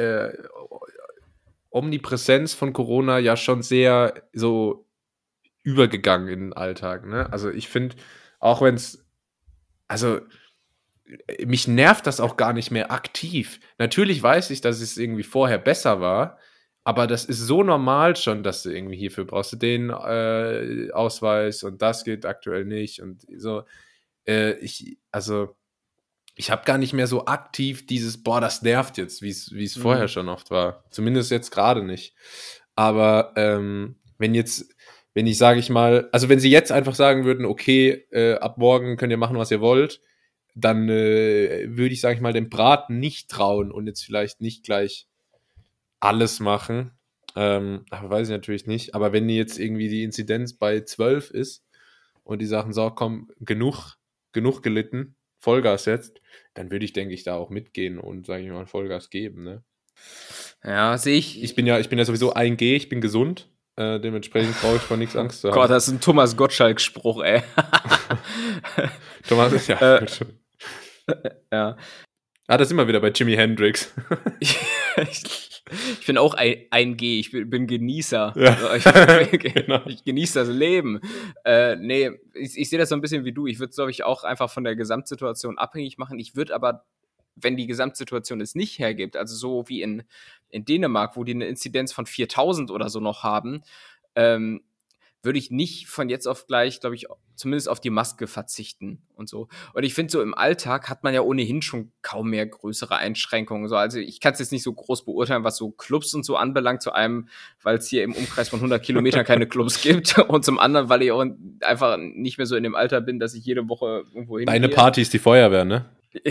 Omnipräsenz von Corona ja schon sehr so übergegangen in den Alltag. Ne? Also ich finde, auch wenn es, also mich nervt das auch gar nicht mehr aktiv. Natürlich weiß ich, dass es irgendwie vorher besser war, aber das ist so normal schon, dass du irgendwie hierfür brauchst du den Ausweis und das geht aktuell nicht und so. Ich habe gar nicht mehr so aktiv dieses, das nervt jetzt, wie es vorher schon oft war. Zumindest jetzt gerade nicht. Aber wenn ich, sage ich mal, also wenn sie jetzt einfach sagen würden, okay, ab morgen könnt ihr machen, was ihr wollt, dann würde ich, sage ich mal, dem Braten nicht trauen und jetzt vielleicht nicht gleich alles machen. Aber weiß ich natürlich nicht. Aber wenn jetzt irgendwie die Inzidenz bei 12 ist und die sagen, so, komm, genug gelitten, Vollgas jetzt, dann würde ich, denke ich, da auch mitgehen und, sage ich mal, Vollgas geben, ne? Ja, sehe ich. Ich bin ja sowieso 1G, ich bin gesund, dementsprechend brauche ich vor nichts Angst zu haben. Gott, das ist ein Thomas Gottschalk-Spruch, ey. Thomas ist ja. Ja. Das sind wir wieder bei Jimi Hendrix. Ich bin auch 1G, ich bin Genießer. Ja. Genau. Ich genieße das Leben. Ich sehe das so ein bisschen wie du. Ich würde es, glaube ich, auch einfach von der Gesamtsituation abhängig machen. Ich würde aber, wenn die Gesamtsituation es nicht hergibt, also so wie in Dänemark, wo die eine Inzidenz von 4000 oder so noch haben, würde ich nicht von jetzt auf gleich, glaube ich, zumindest auf die Maske verzichten und so. Und ich finde, so im Alltag hat man ja ohnehin schon kaum mehr größere Einschränkungen. So. Also ich kann es jetzt nicht so groß beurteilen, was so Clubs und so anbelangt, zu einem, weil es hier im Umkreis von 100 Kilometern keine Clubs gibt und zum anderen, weil ich auch einfach nicht mehr so in dem Alter bin, dass ich jede Woche irgendwo hingehe. Deine Party ist die Feuerwehr, ne?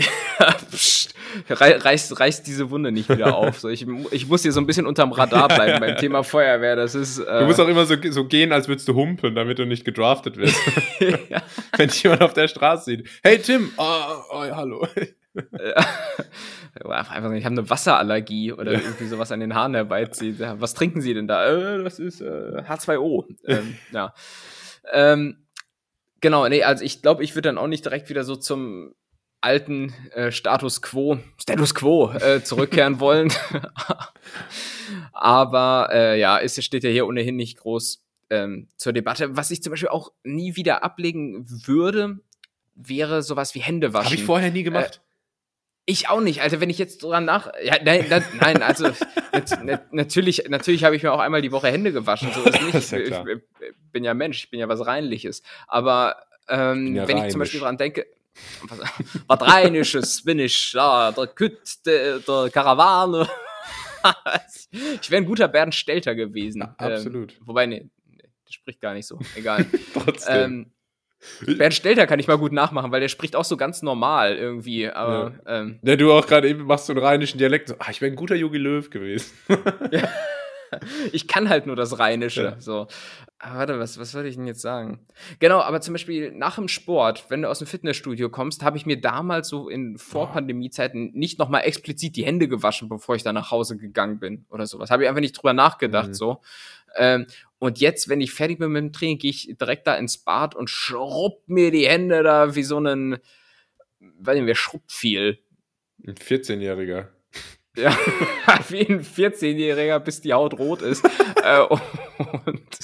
Reißt diese Wunde nicht wieder auf. So, ich muss hier so ein bisschen unterm Radar bleiben beim Thema Feuerwehr. Das ist, du musst auch immer so gehen, als würdest du humpeln, damit du nicht gedraftet wirst. Ja. Wenn dich jemand auf der Straße sieht. Hey Tim, hallo. Einfach, ich habe eine Wasserallergie oder irgendwie sowas an den Haaren herbeizieht. Was trinken Sie denn da? Das ist H2O. Ja. Genau, nee, also ich glaube, ich würde dann auch nicht direkt wieder so zum alten Status Quo zurückkehren wollen. Aber es steht ja hier ohnehin nicht groß zur Debatte. Was ich zum Beispiel auch nie wieder ablegen würde, wäre sowas wie Händewaschen. Habe ich vorher nie gemacht. Ich auch nicht, Alter, wenn ich jetzt dran ja, nein, also natürlich habe ich mir auch einmal die Woche Hände gewaschen, so ist nicht. Ist ja klar. Ich bin ja Mensch, ich bin ja was Reinliches. Aber wenn ich zum Beispiel dran denke, was Rheinisches bin ich, ja, der Kütt, der Karawane. Ich wäre ein guter Bernd Stelter gewesen. Ja, absolut. Wobei, nee, der spricht gar nicht so, egal. Trotzdem. Bernd Stelter kann ich mal gut nachmachen, weil der spricht auch so ganz normal irgendwie. Aber, ja, du auch gerade eben machst so einen rheinischen Dialekt. So, ich wäre ein guter Jogi Löw gewesen. Ja. Ich kann halt nur das Rheinische. Ja. So. Aber warte, was wollte ich denn jetzt sagen? Genau, aber zum Beispiel nach dem Sport, wenn du aus dem Fitnessstudio kommst, habe ich mir damals so in Vor-Pandemie-Zeiten nicht nochmal explizit die Hände gewaschen, bevor ich dann nach Hause gegangen bin oder sowas. Habe ich einfach nicht drüber nachgedacht. So. Und jetzt, wenn ich fertig bin mit dem Training, gehe ich direkt da ins Bad und schrubb mir die Hände da wie so ein, weiß nicht, wer schrubbt viel? Ein 14-Jähriger. Ja, wie ein 14-Jähriger, bis die Haut rot ist. Und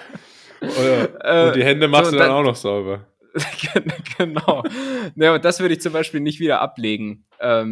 die Hände machst du dann auch noch sauber. Genau. Ja, und das würde ich zum Beispiel nicht wieder ablegen.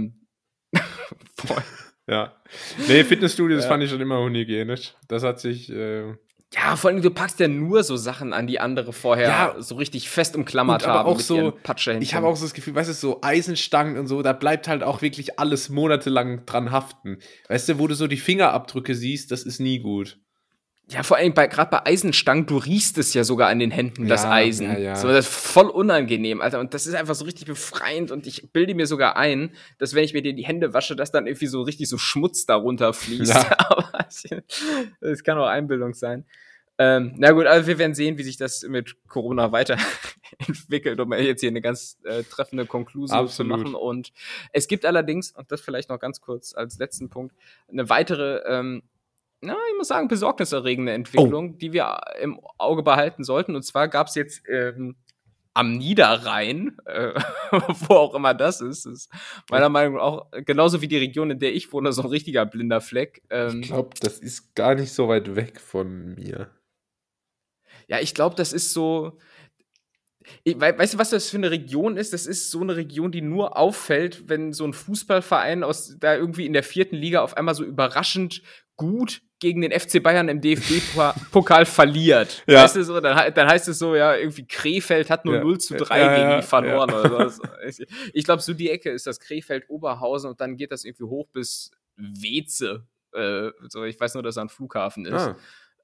Ja. Nee, Fitnessstudio, das fand ich schon immer unhygienisch. Das hat sich... Ja, vor allem, du packst ja nur so Sachen an, die andere vorher so richtig fest umklammert haben. Aber auch mit so, ihren Patschehändchen. ich habe auch so das Gefühl, weißt du, so Eisenstangen und so, da bleibt halt auch wirklich alles monatelang dran haften. Weißt du, wo du so die Fingerabdrücke siehst, das ist nie gut. Ja, vor allem gerade bei Eisenstangen, du riechst es ja sogar an den Händen, das Eisen. Ja. So, das ist voll unangenehm, Alter. Und das ist einfach so richtig befreiend. Und ich bilde mir sogar ein, dass wenn ich mir die Hände wasche, dass dann irgendwie so richtig so Schmutz darunter fließt. Ja. Aber das kann auch Einbildung sein. Na gut, also wir werden sehen, wie sich das mit Corona weiterentwickelt, um jetzt hier eine ganz treffende Konklusion zu machen. Und es gibt allerdings, und das vielleicht noch ganz kurz als letzten Punkt, eine weitere ich muss sagen, besorgniserregende Entwicklung, die wir im Auge behalten sollten. Und zwar gab es jetzt am Niederrhein, wo auch immer das ist meiner Meinung nach auch, genauso wie die Region, in der ich wohne, so ein richtiger blinder Fleck. Ich glaube, das ist gar nicht so weit weg von mir. Ja, ich glaube, das ist so... Weißt du, was das für eine Region ist? Das ist so eine Region, die nur auffällt, wenn so ein Fußballverein da irgendwie in der 4. Liga auf einmal so überraschend gut gegen den FC Bayern im DFB-Pokal verliert. Ja. Weißt du so? Dann heißt es so, ja, irgendwie Krefeld hat nur 0:3 gegen die verloren oder so. Ich glaube, so die Ecke ist das Krefeld-Oberhausen und dann geht das irgendwie hoch bis Weze. So, ich weiß nur, dass da ein Flughafen ist.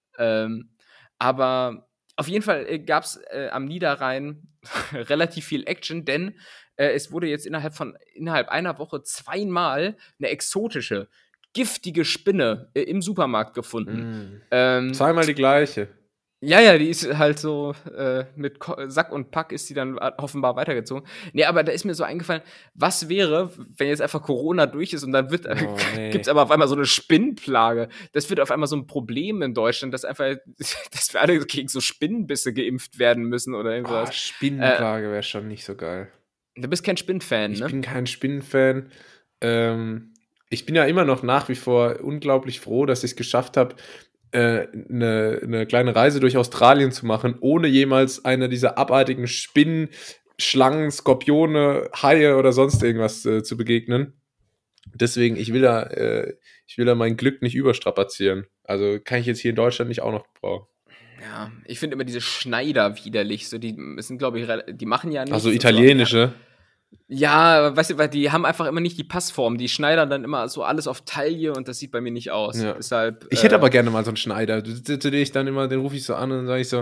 Aber auf jeden Fall gab es am Niederrhein relativ viel Action, denn es wurde jetzt innerhalb einer Woche 2-mal eine exotische, giftige Spinne im Supermarkt gefunden. 2-mal die gleiche. Ja, die ist halt so mit Sack und Pack ist die dann offenbar weitergezogen. Nee, aber da ist mir so eingefallen, was wäre, wenn jetzt einfach Corona durch ist und dann gibt's aber auf einmal so eine Spinnenplage. Das wird auf einmal so ein Problem in Deutschland, dass wir alle gegen so Spinnenbisse geimpft werden müssen oder irgendwas. Spinnenplage wäre schon nicht so geil. Du bist kein Spinnenfan, ne? Ich bin kein Spinnenfan. Ich bin ja immer noch nach wie vor unglaublich froh, dass ich es geschafft habe, eine kleine Reise durch Australien zu machen, ohne jemals einer dieser abartigen Spinnen, Schlangen, Skorpione, Haie oder sonst irgendwas zu begegnen. Deswegen, ich will da mein Glück nicht überstrapazieren. Also kann ich jetzt hier in Deutschland nicht auch noch gebrauchen. Ja, ich finde immer diese Schneider widerlich. So, die sind, glaube ich, die machen ja nicht. Also italienische. Ja, weißt du, weil die haben einfach immer nicht die Passform. Die schneidern dann immer so alles auf Taille und das sieht bei mir nicht aus. Ja. Deshalb, ich hätte aber gerne mal so einen Schneider. Den rufe ich so an und dann sage ich so,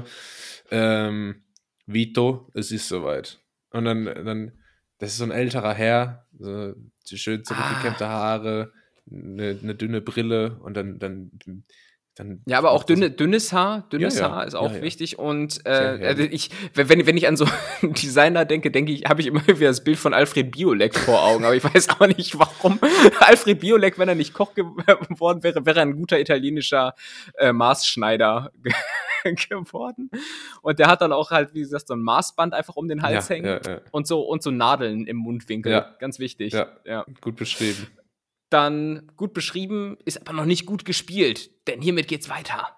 Vito, es ist soweit. Und dann, das ist so ein älterer Herr, so schön zurückgekämmte Haare, eine dünne Brille und dann ja, aber auch dünnes Haar ist auch wichtig. Und wenn ich an so einen Designer denke, habe ich immer wieder das Bild von Alfred Biolek vor Augen. Aber ich weiß auch nicht, warum. Alfred Biolek, wenn er nicht Koch geworden wäre, wäre er ein guter italienischer Maßschneider geworden. Und der hat dann auch halt, wie gesagt, so ein Maßband einfach um den Hals hängen. Ja. Und so Nadeln im Mundwinkel. Ja. Ganz wichtig. Ja, gut beschrieben. Dann gut beschrieben, ist aber noch nicht gut gespielt, denn hiermit geht's weiter.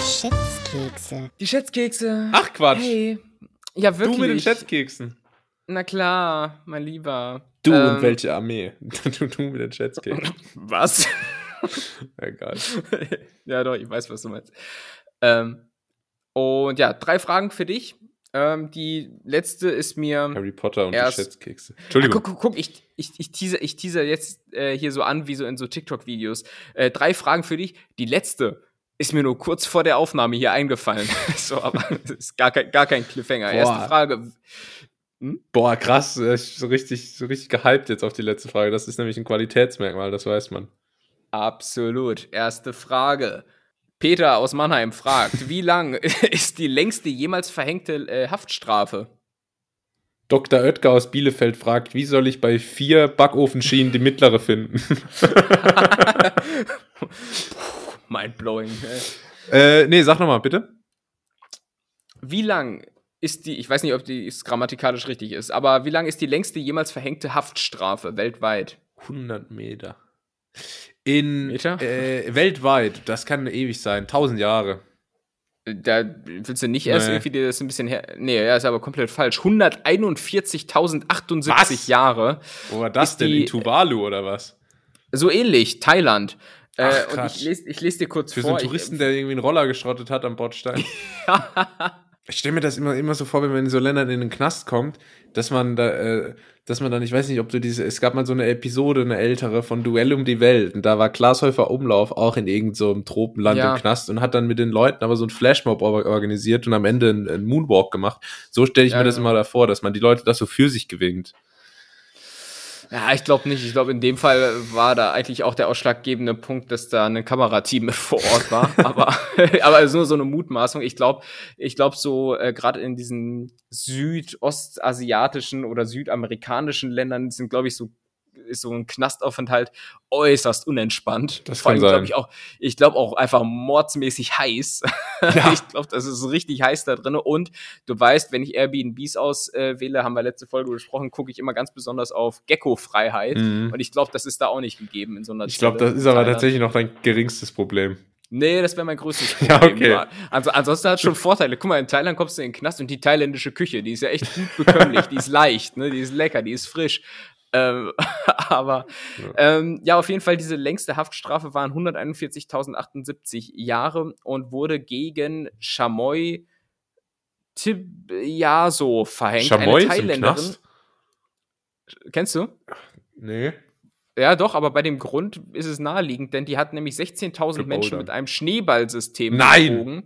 Die Schätzkekse. Die Schätzkekse. Ach Quatsch. Hey. Ja, wirklich. Du mit den Schätzkeksen. Na klar, mein Lieber. Du und welche Armee? Du mit den Jetski. Was? Egal. Ja, doch, ich weiß, was du meinst. Und ja, 3 Fragen für dich. Die letzte ist mir Harry Potter und erst. die Schätzkekse. Entschuldigung. Guck, ich teaser jetzt hier so an, wie so in so TikTok-Videos. 3 Fragen für dich. Die letzte ist mir nur kurz vor der Aufnahme hier eingefallen. So, aber das ist gar kein Cliffhanger. Boah. Erste Frage. Boah, krass. So richtig gehypt jetzt auf die letzte Frage. Das ist nämlich ein Qualitätsmerkmal, das weiß man. Absolut. Erste Frage. Peter aus Mannheim fragt, wie lang ist die längste jemals verhängte Haftstrafe? Dr. Oetker aus Bielefeld fragt, wie soll ich bei 4 Backofenschienen die mittlere finden? Mindblowing. Nee, sag nochmal, bitte. Wie lang ist ich weiß nicht, ob es grammatikalisch richtig ist, aber wie lang ist die längste jemals verhängte Haftstrafe weltweit? 100 Meter. Meter? Weltweit, das kann ewig sein, 1000 Jahre. Da willst du nicht erst irgendwie dir das ein bisschen Nee, ja, ist aber komplett falsch. 141.078 Jahre. Wo war das denn? In Tuvalu oder was? So ähnlich, Thailand. Ach, und ich lese dir kurz vor. Für so einen Touristen, der irgendwie einen Roller geschrottet hat am Bordstein. Ich stelle mir das immer so vor, wenn man in so Ländern in den Knast kommt, dass man dann, ich weiß nicht, ob du es gab mal so eine Episode, eine ältere, von Duell um die Welt, und da war Klaas Häufer Umlauf auch in irgend so einem Tropenland im Knast und hat dann mit den Leuten aber so einen Flashmob organisiert und am Ende einen Moonwalk gemacht. So stelle ich mir das immer davor, dass man die Leute das so für sich gewinnt. Ja, ich glaube nicht. Ich glaube, in dem Fall war da eigentlich auch der ausschlaggebende Punkt, dass da ein Kamerateam mit vor Ort war. aber es ist nur so eine Mutmaßung. Ich glaube so gerade in diesen südostasiatischen oder südamerikanischen Ländern sind, glaube ich, ist so ein Knastaufenthalt äußerst unentspannt. Das Vor kann allem, sein. Ich glaube auch einfach mordsmäßig heiß. Ja. Ich glaube, das ist richtig heiß da drin. Und du weißt, wenn ich Airbnbs auswähle, haben wir letzte Folge besprochen, gucke ich immer ganz besonders auf Gecko-Freiheit. Und ich glaube, das ist da auch nicht gegeben in so einer Ich glaube, das ist aber tatsächlich noch dein geringstes Problem. Nee, das wäre mein größtes Problem. Ja, okay. Also, ansonsten hat es schon Vorteile. Guck mal, in Thailand kommst du in den Knast und die thailändische Küche, die ist ja echt gut bekömmlich, die ist leicht, ne? Die ist lecker, die ist frisch. Aber ja, auf jeden Fall, diese längste Haftstrafe waren 141.078 Jahre und wurde gegen Chamoy Tibiaso verhängt. Chamoy eine Thailänderin. Ist im Knast? Kennst du? Nee. Ja, doch, aber bei dem Grund ist es naheliegend, denn die hat nämlich 16.000 Menschen mit einem Schneeballsystem betrogen.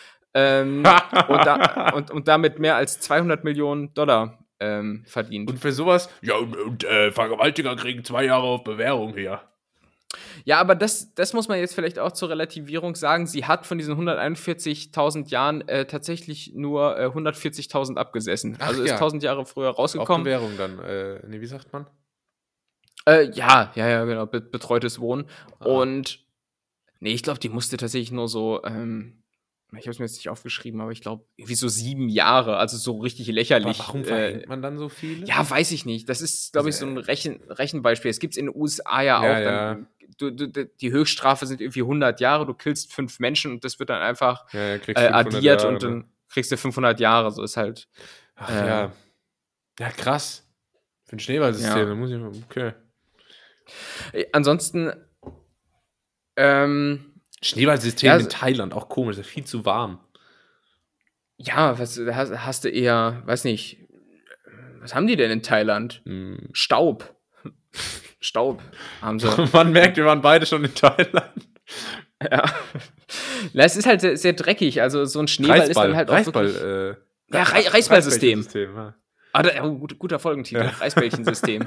Und damit mehr als 200 Millionen Dollar verdient. Und für sowas, ja, und Vergewaltiger kriegen 2 Jahre auf Bewährung hier. Ja, aber das muss man jetzt vielleicht auch zur Relativierung sagen. Sie hat von diesen 141.000 Jahren tatsächlich nur 140.000 abgesessen. Also ist 1.000 Jahre früher rausgekommen. Auf Bewährung dann. Nee, wie sagt man? Ja, genau. Betreutes Wohnen. Und nee, ich glaube, die musste tatsächlich nur so ich habe es mir jetzt nicht aufgeschrieben, aber ich glaube, irgendwie so 7 Jahre, also so richtig lächerlich. Aber warum verhängt man dann so viele? Ja, weiß ich nicht. Das ist, glaube ich, so ein Rechenbeispiel. Es gibt es in den USA ja auch. Dann, die Höchststrafe sind irgendwie 100 Jahre, du killst 5 Menschen und das wird dann einfach addiert Jahre, und dann kriegst du 500 Jahre. So ist halt. Ach ja. Ja, krass. Für ein Schneeballsystem, dann muss ich mal. Okay. Ansonsten, Schneeballsystem in Thailand, auch komisch, ist viel zu warm. Ja, was hast du eher, weiß nicht, was haben die denn in Thailand? Staub haben sie. Man merkt, wir waren beide schon in Thailand. Ja. Es ist halt sehr, sehr dreckig, also so ein Schneeball ist dann halt auch Reisballsystem. Ja. Guter Folgentitel, Reisbällchensystem.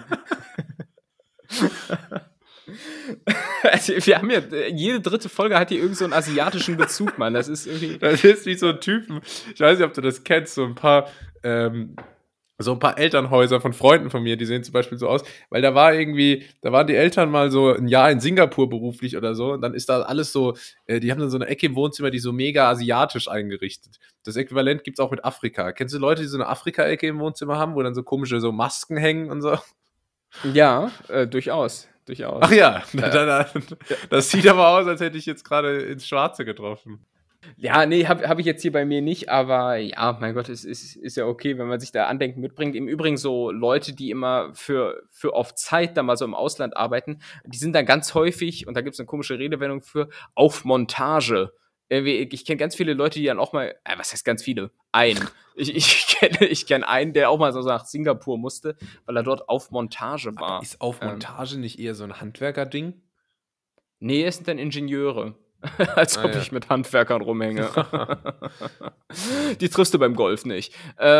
Also, wir haben ja, jede dritte Folge hat hier irgend so einen asiatischen Bezug, Mann. Das ist irgendwie. Das ist wie so ein Typen. Ich weiß nicht, ob du das kennst, so ein paar Elternhäuser von Freunden von mir, die sehen zum Beispiel so aus, weil da waren die Eltern mal so ein Jahr in Singapur beruflich oder so, und dann ist da alles so, die haben dann so eine Ecke im Wohnzimmer, die so mega asiatisch eingerichtet. Das Äquivalent gibt's auch mit Afrika. Kennst du Leute, die so eine Afrika-Ecke im Wohnzimmer haben, wo dann so komische so Masken hängen und so? Ja, durchaus. Ach ja, das sieht aber aus, als hätte ich jetzt gerade ins Schwarze getroffen. Ja, nee, hab ich jetzt hier bei mir nicht, aber ja, mein Gott, es ist ja okay, wenn man sich da Andenken mitbringt. Im Übrigen so Leute, die immer für auf Zeit da mal so im Ausland arbeiten, die sind dann ganz häufig, und da gibt's eine komische Redewendung für, auf Montage. Irgendwie, ich kenne ganz viele Leute, die dann auch mal, was heißt ganz viele? Einen. Ich kenn einen, der auch mal so nach Singapur musste, weil er dort auf Montage Aber war. ist auf Montage nicht eher so ein Handwerkerding? Nee, es sind dann Ingenieure. Als Ah ob ja. ich mit Handwerkern rumhänge. Die triffst du beim Golf nicht.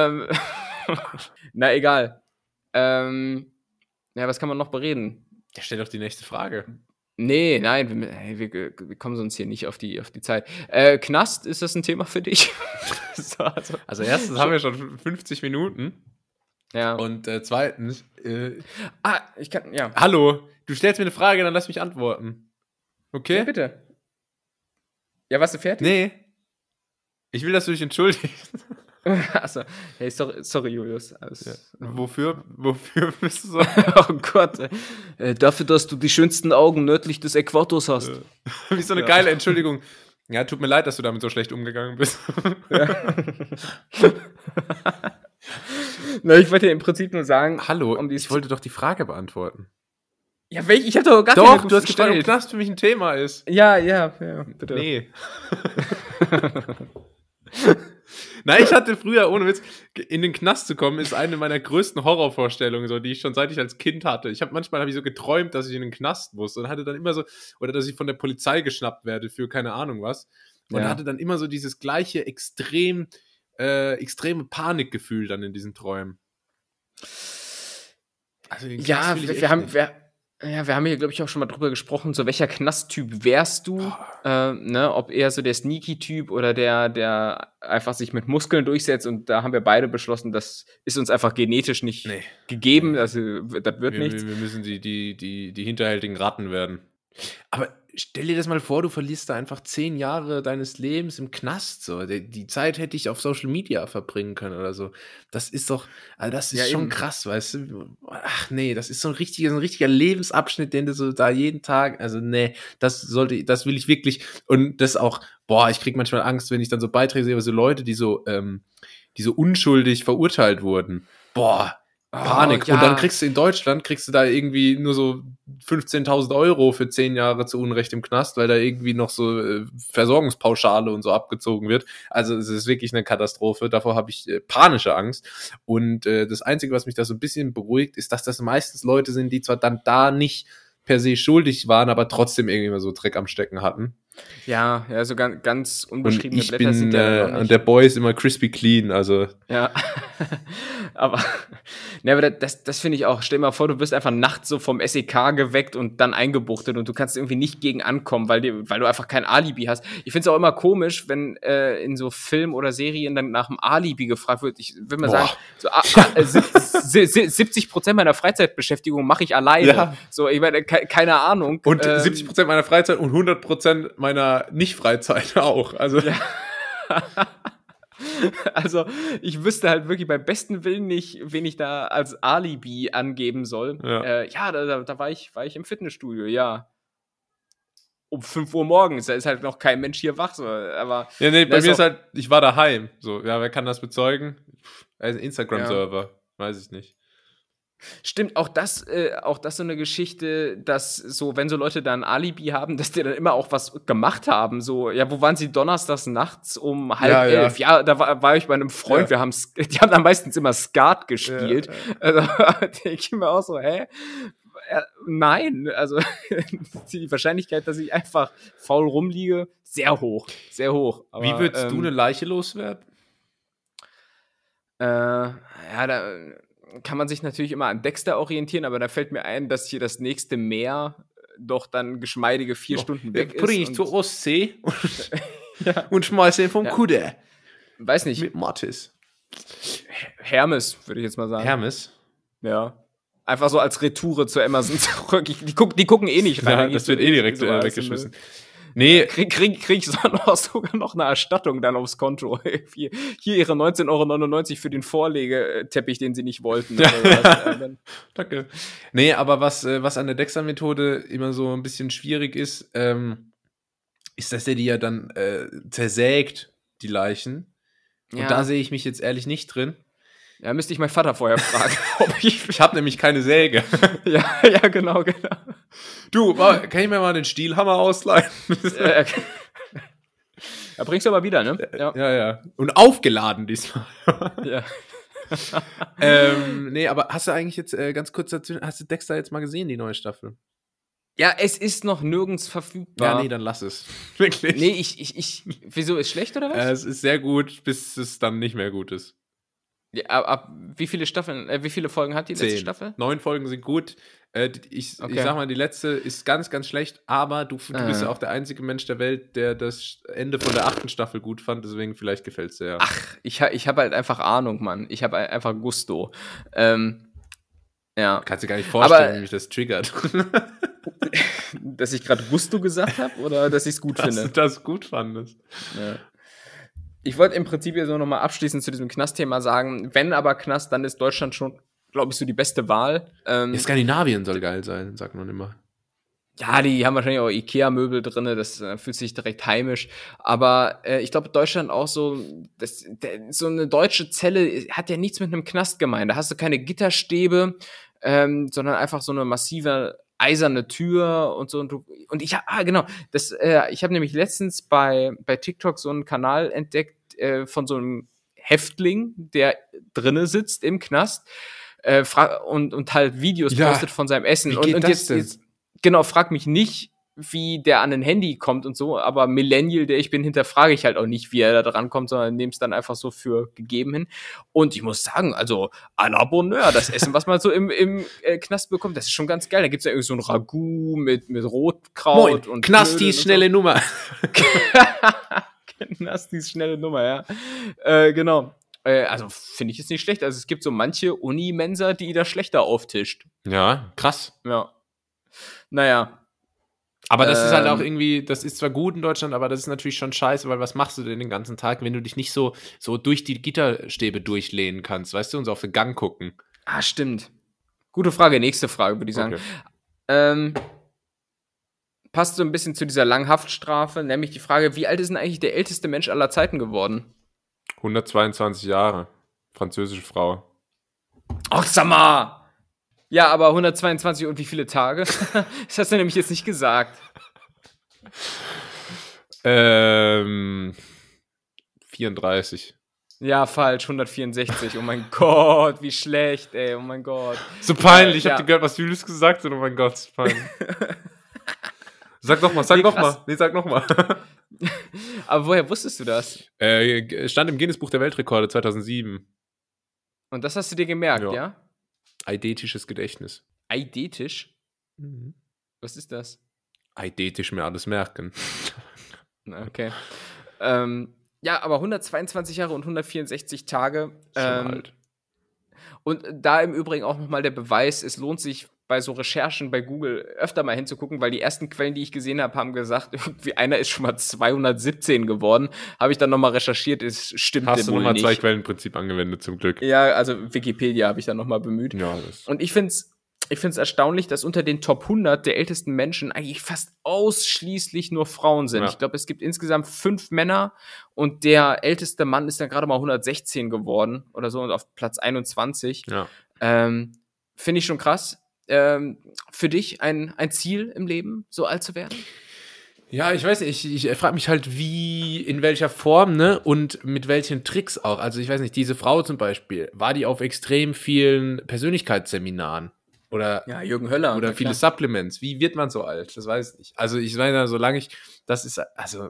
Na, egal. Ja, was kann man noch bereden? Ja, stell doch die nächste Frage. Nee, nein, wir kommen sonst hier nicht auf die Zeit. Knast, ist das ein Thema für dich? So, Also erstens haben wir schon 50 Minuten ja. und zweitens, Ich kann, ja. hallo, du stellst mir eine Frage, dann lass mich antworten. Okay? Ja, bitte. Ja, warst du fertig? Nee. Ich will, dass du dich entschuldigst. Achso, hey, sorry Julius. Ja. Wofür bist du so? Oh Gott. Dafür, dass du die schönsten Augen nördlich des Äquators hast. Wie so eine geile Entschuldigung. Ja, tut mir leid, dass du damit so schlecht umgegangen bist. Ja. Na, ich wollte ja im Prinzip nur sagen, Hallo, ich wollte doch die Frage beantworten. Ja, ich hab doch gar Doch, keine du hast gefragt, ob gestellt. Knast für mich ein Thema ist. Ja, bitte. Nee. Nein, ich hatte früher, ohne Witz, in den Knast zu kommen, ist eine meiner größten Horrorvorstellungen, so, die ich schon seit ich als Kind hatte. Manchmal habe ich so geträumt, dass ich in den Knast muss und hatte dann immer so, oder dass ich von der Polizei geschnappt werde für keine Ahnung was. Und hatte dann immer so dieses gleiche extreme Panikgefühl dann in diesen Träumen. Also ja, wir haben hier, glaube ich, auch schon mal drüber gesprochen, so welcher Knasttyp wärst du? Ob eher so der Sneaky-Typ oder der einfach sich mit Muskeln durchsetzt, und da haben wir beide beschlossen, das ist uns einfach genetisch nicht gegeben, also das wird nichts. Wir müssen die hinterhältigen Ratten werden. Aber stell dir das mal vor, du verlierst da einfach 10 Jahre deines Lebens im Knast. So. Die Zeit hätte ich auf Social Media verbringen können oder so. Das ist doch, also das ist ja schon krass, weißt du? Ach nee, das ist so ein richtiger Lebensabschnitt, den du so da jeden Tag, also nee, das will ich wirklich, und das auch, ich krieg manchmal Angst, wenn ich dann so Beiträge sehe, so Leute, die so unschuldig verurteilt wurden. Panik. Ja. Und dann kriegst du in Deutschland, da irgendwie nur so 15.000 € für 10 Jahre zu Unrecht im Knast, weil da irgendwie noch so Versorgungspauschale und so abgezogen wird. Also es ist wirklich eine Katastrophe. Davor habe ich panische Angst. Und das Einzige, was mich da so ein bisschen beruhigt, ist, dass das meistens Leute sind, die zwar dann da nicht per se schuldig waren, aber trotzdem irgendwie mal so Dreck am Stecken hatten. Ja, so ganz unbeschriebene Blätter sind ja noch nicht. Und der Boy ist immer crispy clean, also. Ja. aber das finde ich auch. Stell dir mal vor, du wirst einfach nachts so vom SEK geweckt und dann eingebuchtet und du kannst irgendwie nicht gegen ankommen, weil du einfach kein Alibi hast. Ich finde es auch immer komisch, wenn in so Filmen oder Serien dann nach dem Alibi gefragt wird. Ich würde mal sagen, so 70% meiner Freizeitbeschäftigung mache ich alleine. Ja. So, ich meine, keine Ahnung. Und 70% meiner Freizeit und 100% meiner Nicht-Freizeit auch. Also. Ja. Also, ich wüsste halt wirklich beim besten Willen nicht, wen ich da als Alibi angeben soll. Ja, da war ich im Fitnessstudio, ja. Um 5 Uhr morgens, da ist halt noch kein Mensch hier wach. So. Aber ja, nee, bei mir ist halt, ich war daheim. So, ja, wer kann das bezeugen? Also Instagram-Server, weiß ich nicht. Stimmt, auch das so eine Geschichte, dass so, wenn so Leute da ein Alibi haben, dass die dann immer auch was gemacht haben. So, ja, wo waren sie donnerstags nachts um 10:30? Ja, da war ich bei einem Freund, die haben dann meistens immer Skat gespielt. Ja. Also, denke ich mir auch so, nein, also die Wahrscheinlichkeit, dass ich einfach faul rumliege, sehr hoch, sehr hoch. Aber, wie würdest du eine Leiche loswerden? Da kann man sich natürlich immer an Dexter orientieren, aber da fällt mir ein, dass hier das nächste Meer doch dann geschmeidige 4 Stunden weg ist. Bring ich zur Ostsee und schmeiße ihn vom Kuder. Weiß nicht. Mit Mortis. Hermes, würde ich jetzt mal sagen. Hermes? Ja. Einfach so als Retoure zu Amazon zurück. Die gucken eh nicht rein. Ja, das wird eh direkt weggeschmissen. Nee. Krieg ich sogar noch eine Erstattung dann aufs Konto. Hier ihre 19,99 € für den Vorlegeteppich, den sie nicht wollten. Danke. Nee, aber was an der Dexter-Methode immer so ein bisschen schwierig ist, ist, dass der die ja dann zersägt, die Leichen. Und da sehe ich mich jetzt ehrlich nicht drin. Ja, müsste ich meinen Vater vorher fragen, ob Ich habe nämlich keine Säge. ja, genau. Du, kann ich mir mal den Stielhammer ausleihen? Ja, bringst du aber wieder, ne? Ja. Und aufgeladen diesmal. Ja. Nee, aber hast du eigentlich jetzt ganz kurz dazu, hast du Dexter jetzt mal gesehen, die neue Staffel? Ja, es ist noch nirgends verfügbar. Ja, nee, dann lass es. Wirklich. Nee, wieso, ist schlecht oder was? Es ist sehr gut, bis es dann nicht mehr gut ist. Ja, ab wie viele Folgen hat die letzte 10. Staffel? 9 Folgen sind gut. Ich sag mal, die letzte ist ganz, ganz schlecht, aber du bist ja auch der einzige Mensch der Welt, der das Ende von der 8. Staffel gut fand, deswegen vielleicht gefällt es dir ja. Ach, ich hab halt einfach Ahnung, Mann. Ich habe einfach Gusto. Ja. Kannst dir gar nicht vorstellen, wie mich das triggert. Dass ich gerade Gusto gesagt habe oder dass ich es gut finde? Dass du das gut fandest. Ja. Ich wollte im Prinzip ja so nochmal abschließend zu diesem Knastthema sagen, wenn aber Knast, dann ist Deutschland schon, glaube ich, so die beste Wahl. Skandinavien soll geil sein, sagt man immer. Ja, die haben wahrscheinlich auch Ikea-Möbel drin, das fühlt sich direkt heimisch. Aber ich glaube, Deutschland auch so, so eine deutsche Zelle hat ja nichts mit einem Knast gemeint. Da hast du keine Gitterstäbe, sondern einfach so eine massive eiserne Tür und so. Und ich habe, genau, ich habe nämlich letztens bei TikTok so einen Kanal entdeckt von so einem Häftling, der drinne sitzt im Knast und halt Videos postet von seinem Essen. Wie geht und das denn? jetzt genau, frag mich nicht, wie der an ein Handy kommt und so, aber Millennial, der ich bin, hinterfrage ich halt auch nicht, wie er da dran kommt, sondern nehme es dann einfach so für gegeben hin. Und ich muss sagen, also à la Bonheur, das Essen, was man so im Knast bekommt, das ist schon ganz geil. Da gibt's ja irgendwie so ein Ragout mit Rotkraut und Knastis schnelle Nummer. Knastis schnelle Nummer, ja. Genau. Also finde ich jetzt nicht schlecht. Also es gibt so manche Uni-Mensa, die da schlechter auftischt. Ja, krass. Ja. Naja. Aber das ist halt auch irgendwie, das ist zwar gut in Deutschland, aber das ist natürlich schon scheiße, weil was machst du denn den ganzen Tag, wenn du dich nicht so durch die Gitterstäbe durchlehnen kannst, weißt du, und so auf den Gang gucken? Ah, stimmt. Gute Frage, nächste Frage, würde ich sagen. Okay. Passt so ein bisschen zu dieser langen Haftstrafe, nämlich die Frage, wie alt ist denn eigentlich der älteste Mensch aller Zeiten geworden? 122 Jahre. Französische Frau. Ach, sag mal! Ja, aber 122 und wie viele Tage? Das hast du nämlich jetzt nicht gesagt. 34. Ja, falsch, 164. Oh mein Gott, wie schlecht, ey, oh mein Gott. So peinlich, ich hab dir gehört, was Julius gesagt hat, oh mein Gott, ist peinlich. Sag noch mal. Nee, sag noch mal. Aber woher wusstest du das? Stand im Guinness-Buch der Weltrekorde 2007. Und das hast du dir gemerkt, ja? Eidetisches Gedächtnis. Eidetisch? Mhm. Was ist das? Eidetisch mir alles merken. Okay. Ja, aber 122 Jahre und 164 Tage. Schon alt. Und da im Übrigen auch nochmal der Beweis, es lohnt sich bei so Recherchen bei Google öfter mal hinzugucken, weil die ersten Quellen, die ich gesehen habe, haben gesagt, irgendwie einer ist schon mal 217 geworden. Habe ich dann nochmal recherchiert, es stimmt wohl nicht. Hast du nochmal 2-Quellen-Prinzip angewendet, zum Glück. Ja, also Wikipedia habe ich dann nochmal bemüht. Ja, und ich finde es erstaunlich, dass unter den Top 100 der ältesten Menschen eigentlich fast ausschließlich nur Frauen sind. Ja. Ich glaube, es gibt insgesamt 5 Männer und der älteste Mann ist dann gerade mal 116 geworden oder so und auf Platz 21. Ja. Finde ich schon krass. Für dich ein Ziel im Leben, so alt zu werden? Ja, ich weiß nicht, ich frage mich halt, wie, in welcher Form, ne, und mit welchen Tricks auch. Also ich weiß nicht, diese Frau zum Beispiel, war die auf extrem vielen Persönlichkeitsseminaren? Oder, ja, Jürgen Höller. Oder viele Supplements. Wie wird man so alt? Das weiß ich nicht. Also ich meine, solange das ist, also,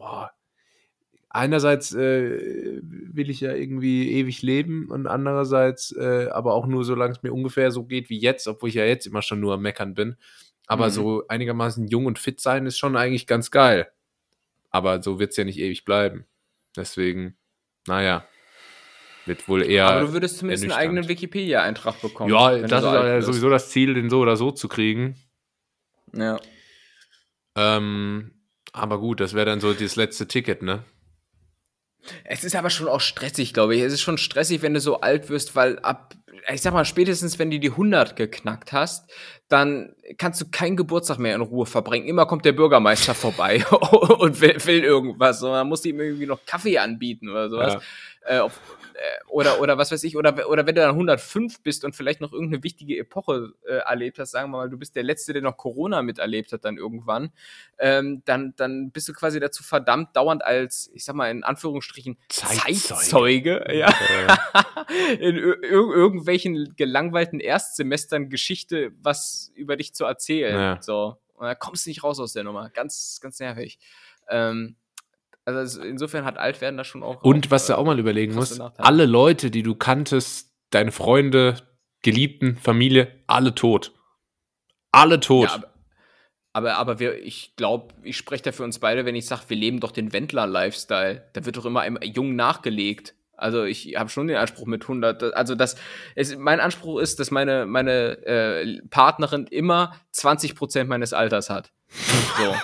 einerseits will ich ja irgendwie ewig leben und andererseits aber auch nur, solange es mir ungefähr so geht wie jetzt, obwohl ich ja jetzt immer schon nur am Meckern bin. Aber so einigermaßen jung und fit sein ist schon eigentlich ganz geil. Aber so wird es ja nicht ewig bleiben. Deswegen, naja, wird wohl eher. Aber du würdest zumindest einen eigenen Wikipedia-Eintrag bekommen. Ja, das ist ja sowieso das Ziel, den so oder so zu kriegen. Ja. Aber gut, das wäre dann so das letzte Ticket, ne? Es ist aber schon auch stressig, glaube ich. Es ist schon stressig, wenn du so alt wirst, weil ich sag mal, spätestens wenn du die 100 geknackt hast, dann kannst du keinen Geburtstag mehr in Ruhe verbringen. Immer kommt der Bürgermeister vorbei und will irgendwas. Und dann musst du ihm irgendwie noch Kaffee anbieten oder sowas. Ja. Oder was weiß ich, oder wenn du dann 105 bist und vielleicht noch irgendeine wichtige Epoche erlebt hast, sagen wir mal, du bist der Letzte, der noch Corona miterlebt hat dann irgendwann, dann bist du quasi dazu verdammt, dauernd als, ich sag mal in Anführungsstrichen, Zeitzeuge ja, in irgendwelchen gelangweilten Erstsemestern Geschichte was über dich zu erzählen. Ja. So. Und da kommst du nicht raus aus der Nummer. Ganz, ganz nervig. Also insofern hat Altwerden da schon auch. Und was du auch mal überlegen musst, Nachteile. alle Leute, die du kanntest, deine Freunde, Geliebten, Familie, alle tot. Alle tot. Ja, aber ich glaube, ich spreche da für uns beide, wenn ich sage, wir leben doch den Wendler-Lifestyle. Da wird doch immer einem jung nachgelegt. Also ich habe schon den Anspruch mit 100, also mein Anspruch ist, dass meine Partnerin immer 20% meines Alters hat. So,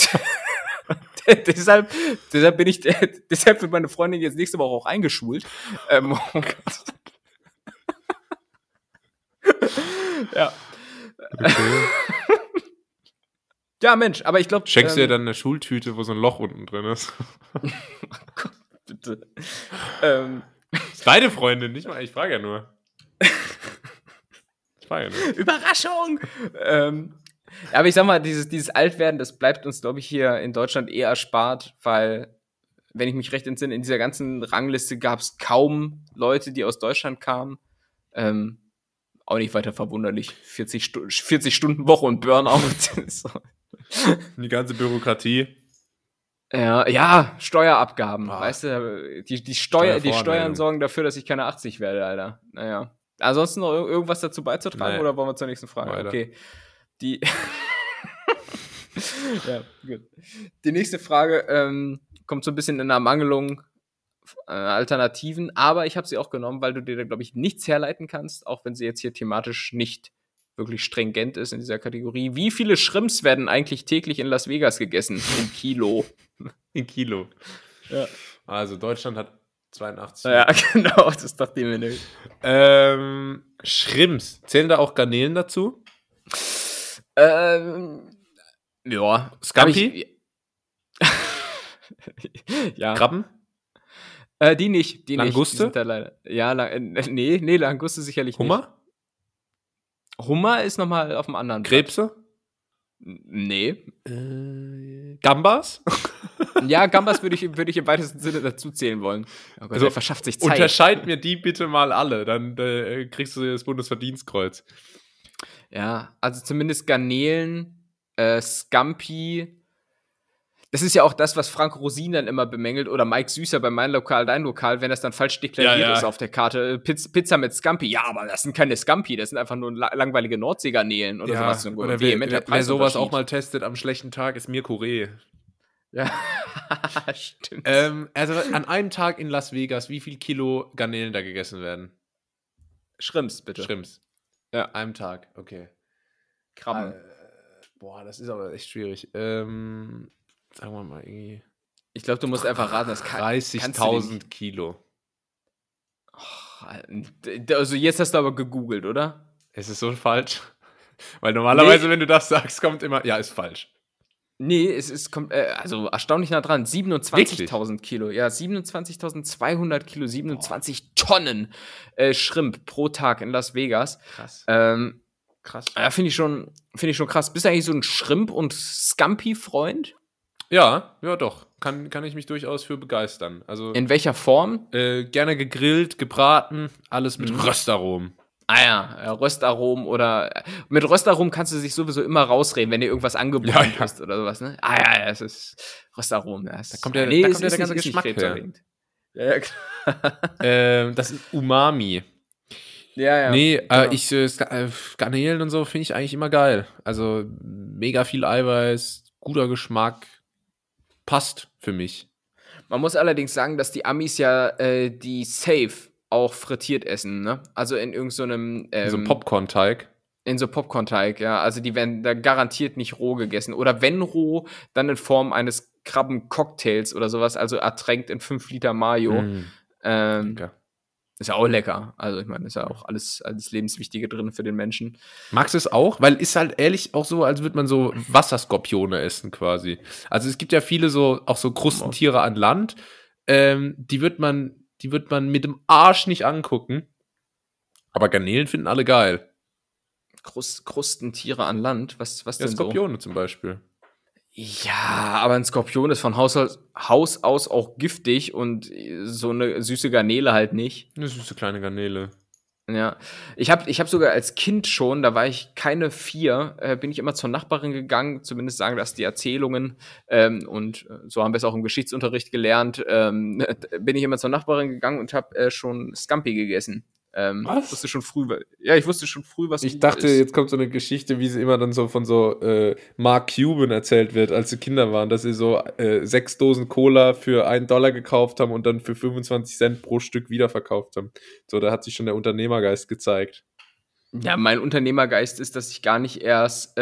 deshalb wird meine Freundin jetzt nächste Woche auch eingeschult. Oh Gott. Ja. Okay. Ja, Mensch, aber ich glaube. Schenkst du dir dann eine Schultüte, wo so ein Loch unten drin ist? Oh Gott, bitte. Ist deine Freundin, nicht mal, ich frage ja nur. Überraschung! Ja, aber ich sag mal, dieses Altwerden, das bleibt uns, glaube ich, hier in Deutschland eher erspart, weil, wenn ich mich recht entsinne, in dieser ganzen Rangliste gab es kaum Leute, die aus Deutschland kamen. Auch nicht weiter verwunderlich. 40 Stunden Woche und Burnout. Die ganze Bürokratie. Ja, Steuerabgaben, weißt du, die Steuervoranmeldung. Steuern sorgen dafür, dass ich keine 80 werde, Alter. Naja. Ansonsten noch irgendwas dazu beizutragen, oder wollen wir zur nächsten Frage? Weiter. Okay. Ja, gut. Die nächste Frage kommt so ein bisschen in Ermangelung Alternativen, aber ich habe sie auch genommen, weil du dir da, glaube ich, nichts herleiten kannst, auch wenn sie jetzt hier thematisch nicht wirklich stringent ist in dieser Kategorie. Wie viele Shrimps werden eigentlich täglich in Las Vegas gegessen? In Kilo. In Kilo. Ja. Also Deutschland hat 82. Ja, genau, das dachte ich mir nicht. Shrimps. Zählen da auch Garnelen dazu? Ja. Scampi? Ja. Krabben? Die nicht. Languste? Die sind da leider. Ja, nee, Languste sicherlich Hummer? nicht. Hummer ist nochmal auf dem anderen Krebse? Nee. Gambas? Ja, Gambas würde ich im weitesten Sinne dazu zählen wollen. Oh Gott, Also, der verschafft sich Zeit. Unterscheid mir die bitte mal alle, dann kriegst du das Bundesverdienstkreuz. Ja, also zumindest Garnelen, Scampi. Das ist ja auch das, was Frank Rosin dann immer bemängelt oder Mike Süßer bei Mein Lokal, Dein Lokal, wenn das dann falsch deklariert ist auf der Karte. Pizza mit Scampi. Ja, aber das sind keine Scampi, das sind einfach nur langweilige Nordseegarnelen oder sowas. Oder wer sowas auch mal testet am schlechten Tag, ist Mirko Reh. Ja, stimmt. Also an einem Tag in Las Vegas, wie viel Kilo Garnelen da gegessen werden? Shrimps, bitte. Shrimps. Ja. An einem Tag, okay. Krabben. Das ist aber echt schwierig. Sagen wir mal irgendwie. Ich glaube, du musst einfach raten, das 30.000 Kilo. Also jetzt hast du aber gegoogelt, oder? Es ist so falsch. Weil normalerweise, wenn du das sagst, kommt immer, ja, ist falsch. Nee, kommt also erstaunlich nah dran. 27.000 Kilo. Ja, 27.200 Kilo, 27 Tonnen Shrimp pro Tag in Las Vegas. Krass. Krass. Ja, finde ich schon krass. Bist du eigentlich so ein Shrimp- und Scampi-Freund? Ja, doch. Kann ich mich durchaus für begeistern. Also, in welcher Form? Gerne gegrillt, gebraten, alles mit Röstaromen. Ah ja, Röstaromen oder mit Röstaromen kannst du sich sowieso immer rausreden, wenn dir irgendwas angebrannt ist oder sowas, ne? Ah ja, es ist Röstaromen. Da kommt der ganze Geschmack her. Ja, klar. Das ist Umami. Ja. Nee, genau. Garnelen und so finde ich eigentlich immer geil. Also mega viel Eiweiß, guter Geschmack, passt für mich. Man muss allerdings sagen, dass die Amis ja die Safe auch frittiert essen, ne? Also in irgendeinem so Popcorn-Teig. In so Popcorn-Teig, ja. Also die werden da garantiert nicht roh gegessen. Oder wenn roh, dann in Form eines Krabben-Cocktails oder sowas, also ertränkt in 5 Liter Mayo. Lecker. Ist ja auch lecker. Also ich meine, ist ja auch alles Lebenswichtige drin für den Menschen. Magst du es auch? Weil ist halt ehrlich auch so, als würde man so Wasserskorpione essen quasi. Also es gibt ja viele so, auch so Krustentiere an Land, die wird man mit dem Arsch nicht angucken. Aber Garnelen finden alle geil. Krustentiere an Land? Was Ja, denn so? Skorpione zum Beispiel. Ja, aber ein Skorpion ist von Haus aus auch giftig und so eine süße Garnele halt nicht. Eine süße kleine Garnele. Ja, ich hab sogar als Kind schon, da war ich keine 4, bin ich immer zur Nachbarin gegangen, zumindest sagen das die Erzählungen, und so haben wir es auch im Geschichtsunterricht gelernt, bin ich immer zur Nachbarin gegangen und habe schon Scampi gegessen. Was? Wusste schon früh, ich wusste schon früh, was Ich gut dachte, ist. jetzt kommt so eine Geschichte, wie sie immer dann so von so Mark Cuban erzählt wird, als sie Kinder waren, dass sie so 6 Dosen Cola für $1 gekauft haben und dann für 25 Cent pro Stück wiederverkauft haben. So, da hat sich schon der Unternehmergeist gezeigt. Ja, mein Unternehmergeist ist, dass ich gar nicht erst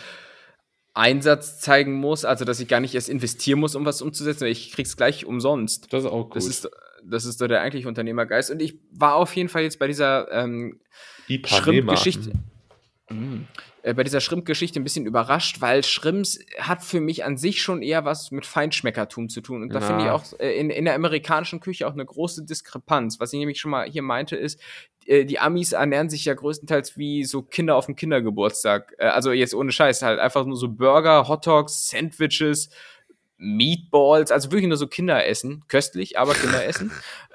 Einsatz zeigen muss, also dass ich gar nicht erst investieren muss, um was umzusetzen. Ich krieg's gleich umsonst. Das ist auch gut. Das ist so der eigentliche Unternehmergeist. Und ich war auf jeden Fall jetzt bei dieser Shrimp-Geschichte. Bei dieser Shrimp-Geschichte ein bisschen überrascht, weil Shrimps hat für mich an sich schon eher was mit Feinschmeckertum zu tun. Und da finde ich auch in der amerikanischen Küche auch eine große Diskrepanz. Was ich nämlich schon mal hier meinte, ist, die Amis ernähren sich ja größtenteils wie so Kinder auf dem Kindergeburtstag. Also jetzt ohne Scheiß, halt einfach nur so Burger, Hotdogs, Sandwiches, Meatballs, also wirklich nur so Kinderessen. Köstlich, aber Kinderessen.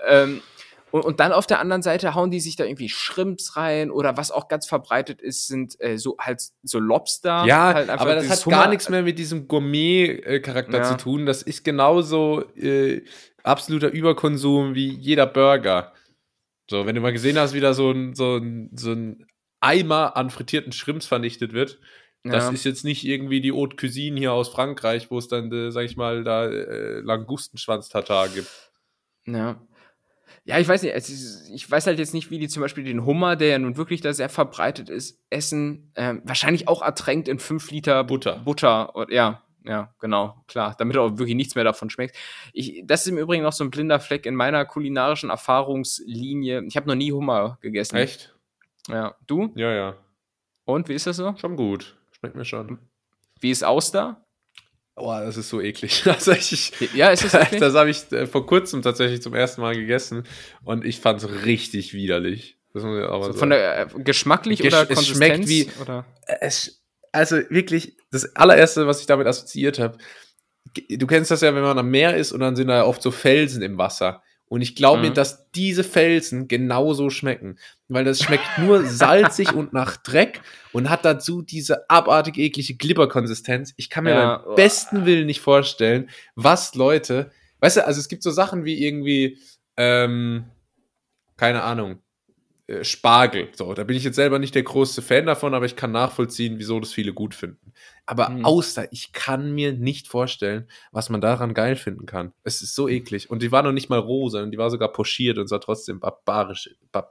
Und dann auf der anderen Seite hauen die sich da irgendwie Shrimps rein oder was auch ganz verbreitet ist, sind so Lobster. Ja, halt einfach aber das hat gar nichts mehr mit diesem Gourmet-Charakter zu tun. Das ist genauso absoluter Überkonsum wie jeder Burger. So, wenn du mal gesehen hast, wie da so ein Eimer an frittierten Shrimps vernichtet wird, das ist jetzt nicht irgendwie die Haute Cuisine hier aus Frankreich, wo es dann, sag ich mal, da Langustenschwanz-Tatar gibt. Ja. Ja, ich weiß nicht, ich weiß halt jetzt nicht, wie die zum Beispiel den Hummer, der ja nun wirklich da sehr verbreitet ist, essen. Wahrscheinlich auch ertränkt in 5 Liter Butter. Ja, genau, klar, damit auch wirklich nichts mehr davon schmeckt. Das ist im Übrigen noch so ein blinder Fleck in meiner kulinarischen Erfahrungslinie. Ich habe noch nie Hummer gegessen. Echt? Ja. Du? Ja. Und, wie ist das so? Schon gut. Schmeckt mir schon. Wie ist Auster? Boah, das ist so eklig. Also ja, ist das eklig? Das habe ich vor kurzem tatsächlich zum ersten Mal gegessen und ich fand es richtig widerlich. Das muss ich aber so von der geschmacklich oder Konsistenz? Es schmeckt wie also wirklich das allererste, was ich damit assoziiert habe. Du kennst das ja, wenn man am Meer ist und dann sind da oft so Felsen im Wasser. Und ich glaube mir, dass diese Felsen genauso schmecken. Weil das schmeckt nur salzig und nach Dreck und hat dazu diese abartig eklige Glibberkonsistenz. Ich kann mir beim besten Willen nicht vorstellen, was Leute, weißt du, also es gibt so Sachen wie irgendwie, keine Ahnung, Spargel. So, da bin ich jetzt selber nicht der größte Fan davon, aber ich kann nachvollziehen, wieso das viele gut finden. Aber Auster, ich kann mir nicht vorstellen, was man daran geil finden kann. Es ist so eklig. Und die war noch nicht mal roh, sondern die war sogar pochiert und sah trotzdem barbarisch.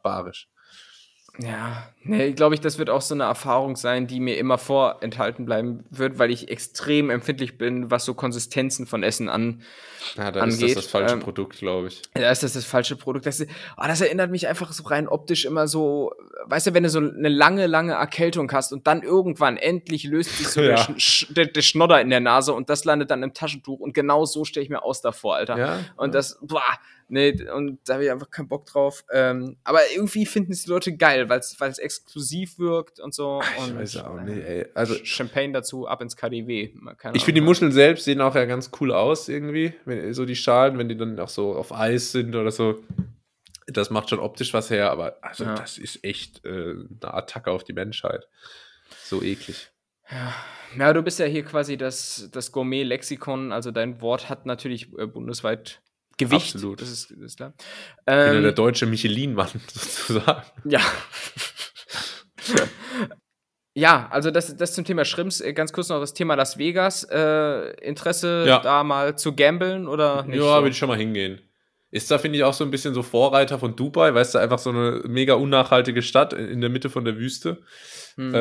Ja, nee, glaube ich, das wird auch so eine Erfahrung sein, die mir immer vorenthalten bleiben wird, weil ich extrem empfindlich bin, was so Konsistenzen von Essen angeht. Ist das falsche Produkt, glaube ich. Ja, ist das falsche Produkt. Das erinnert mich einfach so rein optisch immer so, weißt du, wenn du so eine lange Erkältung hast und dann irgendwann endlich löst sich so der Schnodder in der Nase und das landet dann im Taschentuch und genau so stelle ich mir Auster vor, Alter. Ja? Und und da habe ich einfach keinen Bock drauf. Aber irgendwie finden es die Leute geil, weil es exklusiv wirkt und so. Ich weiß auch nicht, ey. Also Champagne dazu, ab ins KDW. Ich finde, die Muscheln selbst sehen auch ja ganz cool aus irgendwie. So die Schalen, wenn die dann auch so auf Eis sind oder so. Das macht schon optisch was her, aber also das ist echt eine Attacke auf die Menschheit. So eklig. Ja, du bist ja hier quasi das Gourmet-Lexikon, also dein Wort hat natürlich bundesweit Gewicht. Absolut. Das ist klar. Ich bin ja der deutsche Michelin-Mann, sozusagen. Ja. Ja, also das zum Thema Shrimps. Ganz kurz noch das Thema Las Vegas. Interesse, da mal zu gamblen oder nicht? Ja, würde ich schon mal hingehen. Ist da, finde ich, auch so ein bisschen so Vorreiter von Dubai, weißt du, einfach so eine mega unnachhaltige Stadt in der Mitte von der Wüste.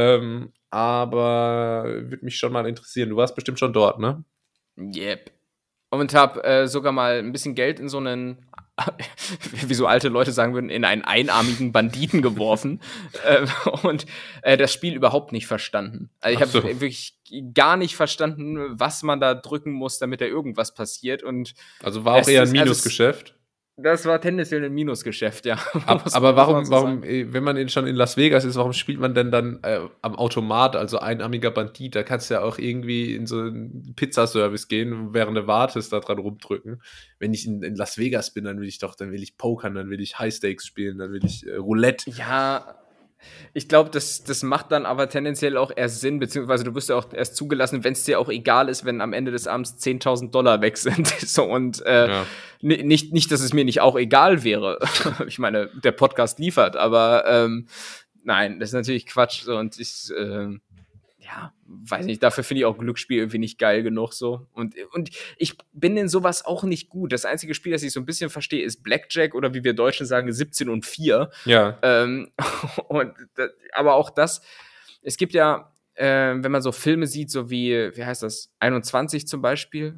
Aber würde mich schon mal interessieren. Du warst bestimmt schon dort, ne? Yep. Und habe sogar mal ein bisschen Geld in so einen, wie so alte Leute sagen würden, in einen einarmigen Banditen geworfen und das Spiel überhaupt nicht verstanden. Also ich habe wirklich gar nicht verstanden, was man da drücken muss, damit da irgendwas passiert. Und also war auch eher ein Minusgeschäft? Das war tendenziell ein Minusgeschäft, ja. Aber warum, wenn man schon in Las Vegas ist, warum spielt man denn dann am Automat, also einarmiger Bandit? Da kannst du ja auch irgendwie in so einen Pizzaservice gehen und während du wartest, da dran rumdrücken. Wenn ich in Las Vegas bin, dann will ich pokern, dann will ich High Stakes spielen, dann will ich Roulette. Ja, ich glaube, das macht dann aber tendenziell auch erst Sinn, beziehungsweise du wirst ja auch erst zugelassen, wenn es dir auch egal ist, wenn am Ende des Abends $10.000 weg sind. So, und nicht, dass es mir nicht auch egal wäre. Ich meine, der Podcast liefert, aber nein, das ist natürlich Quatsch. So, und ich, weiß nicht, dafür finde ich auch Glücksspiel irgendwie nicht geil genug so. Und ich bin in sowas auch nicht gut. Das einzige Spiel, das ich so ein bisschen verstehe, ist Blackjack oder wie wir Deutschen sagen, 17 und 4. Ja. Aber auch das, es gibt ja, wenn man so Filme sieht, so wie heißt das, 21 zum Beispiel,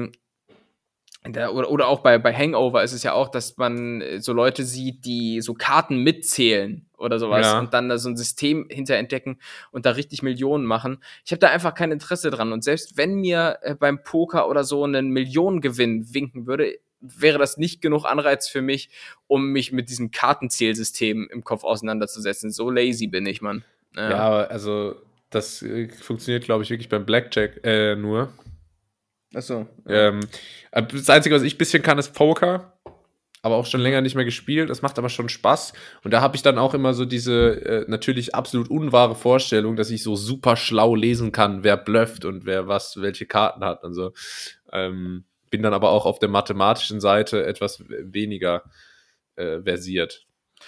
oder auch bei Hangover ist es ja auch, dass man so Leute sieht, die so Karten mitzählen oder sowas und dann da so ein System hinter entdecken und da richtig Millionen machen. Ich habe da einfach kein Interesse dran. Und selbst wenn mir beim Poker oder so einen Millionengewinn winken würde, wäre das nicht genug Anreiz für mich, um mich mit diesem Kartenzählsystem im Kopf auseinanderzusetzen. So lazy bin ich, Mann. Ja, also das funktioniert, glaube ich, wirklich beim Blackjack nur. Achso. Das Einzige, was ich ein bisschen kann, ist Poker. Aber auch schon länger nicht mehr gespielt. Das macht aber schon Spaß. Und da habe ich dann auch immer so diese natürlich absolut unwahre Vorstellung, dass ich so super schlau lesen kann, wer blufft und wer welche Karten hat und so. Bin dann aber auch auf der mathematischen Seite etwas weniger versiert.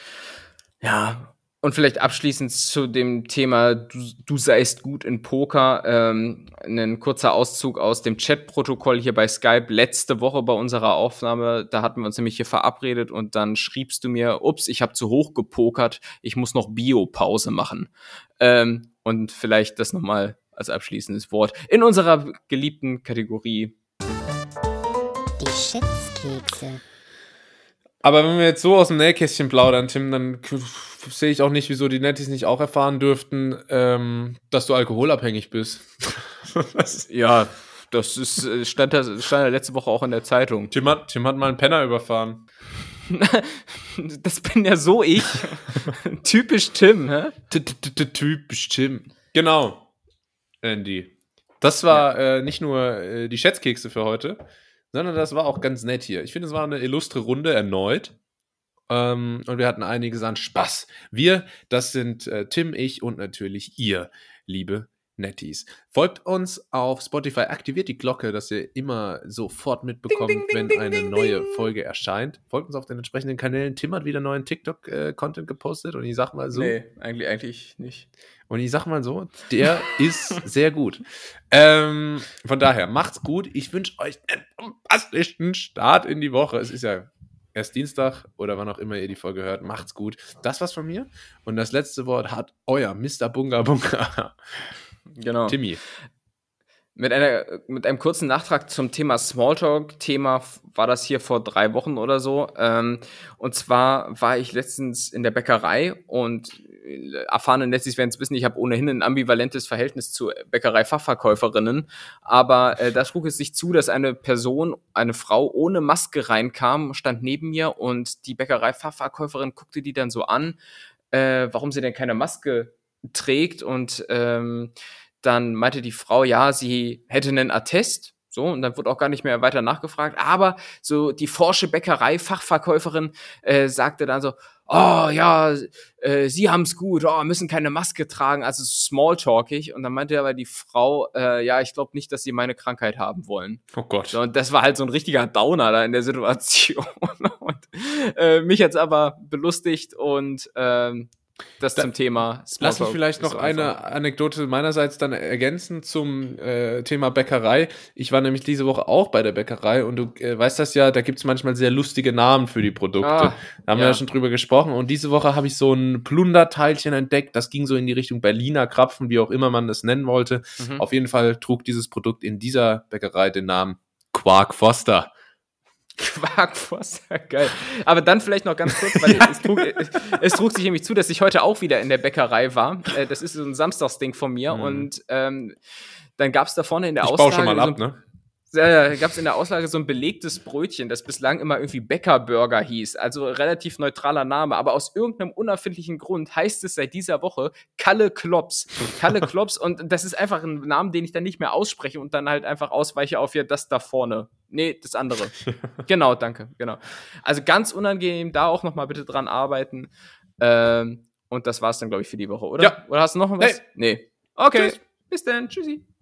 Ja, und vielleicht abschließend zu dem Thema, du seist gut in Poker, ein kurzer Auszug aus dem Chatprotokoll hier bei Skype letzte Woche bei unserer Aufnahme. Da hatten wir uns nämlich hier verabredet und dann schriebst du mir, ups, ich habe zu hoch gepokert, ich muss noch Bio-Pause machen. Und vielleicht das nochmal als abschließendes Wort in unserer geliebten Kategorie. Die Schätzkekse. Aber wenn wir jetzt so aus dem Nähkästchen plaudern, Tim, dann sehe ich auch nicht, wieso die Netties nicht auch erfahren dürften, dass du alkoholabhängig bist. Ja, das ist, stand ja letzte Woche auch in der Zeitung. Tim hat mal einen Penner überfahren. Das bin ja so ich. Typisch Tim, hä? Typisch Tim. Genau, Andy. Das war nicht nur die Schätzkekse für heute, sondern das war auch ganz nett hier. Ich finde, es war eine illustre Runde erneut. Und wir hatten einiges an Spaß. Wir, das sind Tim, ich und natürlich ihr, liebe Netties. Folgt uns auf Spotify, aktiviert die Glocke, dass ihr immer sofort mitbekommt, wenn eine neue Folge erscheint. Folgt uns auf den entsprechenden Kanälen. Tim hat wieder neuen TikTok-Content gepostet und ich sag mal so. Nee, eigentlich nicht. Und ich sag mal so, der ist sehr gut. Von daher, macht's gut. Ich wünsche euch einen bombastischen Start in die Woche. Es ist ja erst Dienstag oder wann auch immer ihr die Folge hört. Macht's gut. Das war's von mir. Und das letzte Wort hat euer Mr. Bunga Bunga. Genau. Timmy. Mit einem kurzen Nachtrag zum Thema Smalltalk-Thema war das hier vor 3 Wochen oder so. Und zwar war ich letztens in der Bäckerei und erfahrene Netties werden es wissen, ich habe ohnehin ein ambivalentes Verhältnis zu Bäckerei-Fachverkäuferinnen. Aber da trug es sich zu, dass eine Frau ohne Maske reinkam, stand neben mir und die Bäckerei-Fachverkäuferin guckte die dann so an, warum sie denn keine Maske trägt und dann meinte die Frau, ja, sie hätte einen Attest, so, und dann wurde auch gar nicht mehr weiter nachgefragt, aber so die forsche Bäckerei-Fachverkäuferin sagte dann so, oh ja, sie haben's gut, müssen keine Maske tragen, also smalltalkig, und dann meinte aber die Frau, ja, ich glaube nicht, dass sie meine Krankheit haben wollen. Oh Gott. So, und das war halt so ein richtiger Downer da in der Situation und mich hat's aber belustigt und das zum Thema Smalltalk. Lass mich vielleicht noch eine Anekdote meinerseits dann ergänzen zum Thema Bäckerei. Ich war nämlich diese Woche auch bei der Bäckerei und du weißt das ja, da gibt es manchmal sehr lustige Namen für die Produkte. Da haben wir ja schon drüber gesprochen und diese Woche habe ich so ein Plunderteilchen entdeckt, das ging so in die Richtung Berliner Krapfen, wie auch immer man das nennen wollte. Auf jeden Fall trug dieses Produkt in dieser Bäckerei den Namen Quark Foster. Quarkfoster, geil. Aber dann vielleicht noch ganz kurz, weil es trug sich nämlich zu, dass ich heute auch wieder in der Bäckerei war. Das ist so ein Samstagsding von mir. Und dann gab es da vorne in der Auslage. Ich baue schon mal ab, ne? Gab es in der Auslage so ein belegtes Brötchen, das bislang immer irgendwie Bäckerburger hieß. Also relativ neutraler Name. Aber aus irgendeinem unerfindlichen Grund heißt es seit dieser Woche Kalle Klops. Kalle Klops. Und das ist einfach ein Name, den ich dann nicht mehr ausspreche und dann halt einfach ausweiche auf hier das da vorne. Nee, das andere. Genau, danke. Genau. Also ganz unangenehm, da auch noch mal bitte dran arbeiten. Und das war's dann, glaube ich, für die Woche, oder? Ja. Oder hast du noch was? Nee. Okay. Tschüss. Bis dann. Tschüssi.